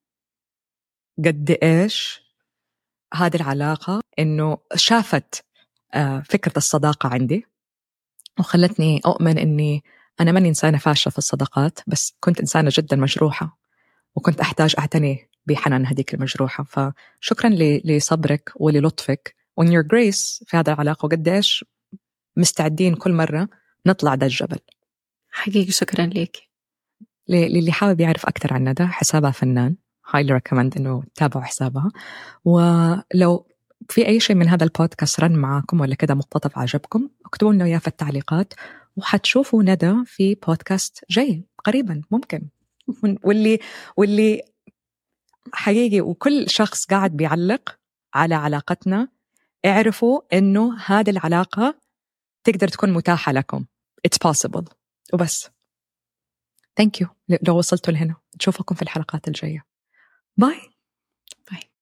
قد إيش هذه العلاقة إنه شافت فكرة الصداقة عندي، وخلتني أؤمن إني أنا ماني إنسانة فاشلة في الصداقات، بس كنت إنسانة جدا مجروحة، وكنت أحتاج أعتني بحنان هذيك المجروحة. فشكرا لصبرك وللطفك on your grace في هذا العلاقة، وقد إيش مستعدين كل مرة نطلع ده الجبل. حقيقي شكرا لك. للي حابب يعرف أكثر عن ندى، حسابها فنان، highly recommend إنه تابعوا حسابها. ولو في أي شيء من هذا البودكاست رن معاكم ولا كده مقتطف عجبكم، اكتبوا لنا إياه في التعليقات، وحتشوفوا ندى في بودكاست جاي قريبا ممكن. واللي واللي حقيقي وكل شخص قاعد بيعلق على علاقتنا، اعرفوا إنه هذه العلاقة تقدر تكون متاحة لكم. It's possible. وبس. Thank you لو وصلتوا لهنا. نشوفكم في الحلقات الجاية. باي.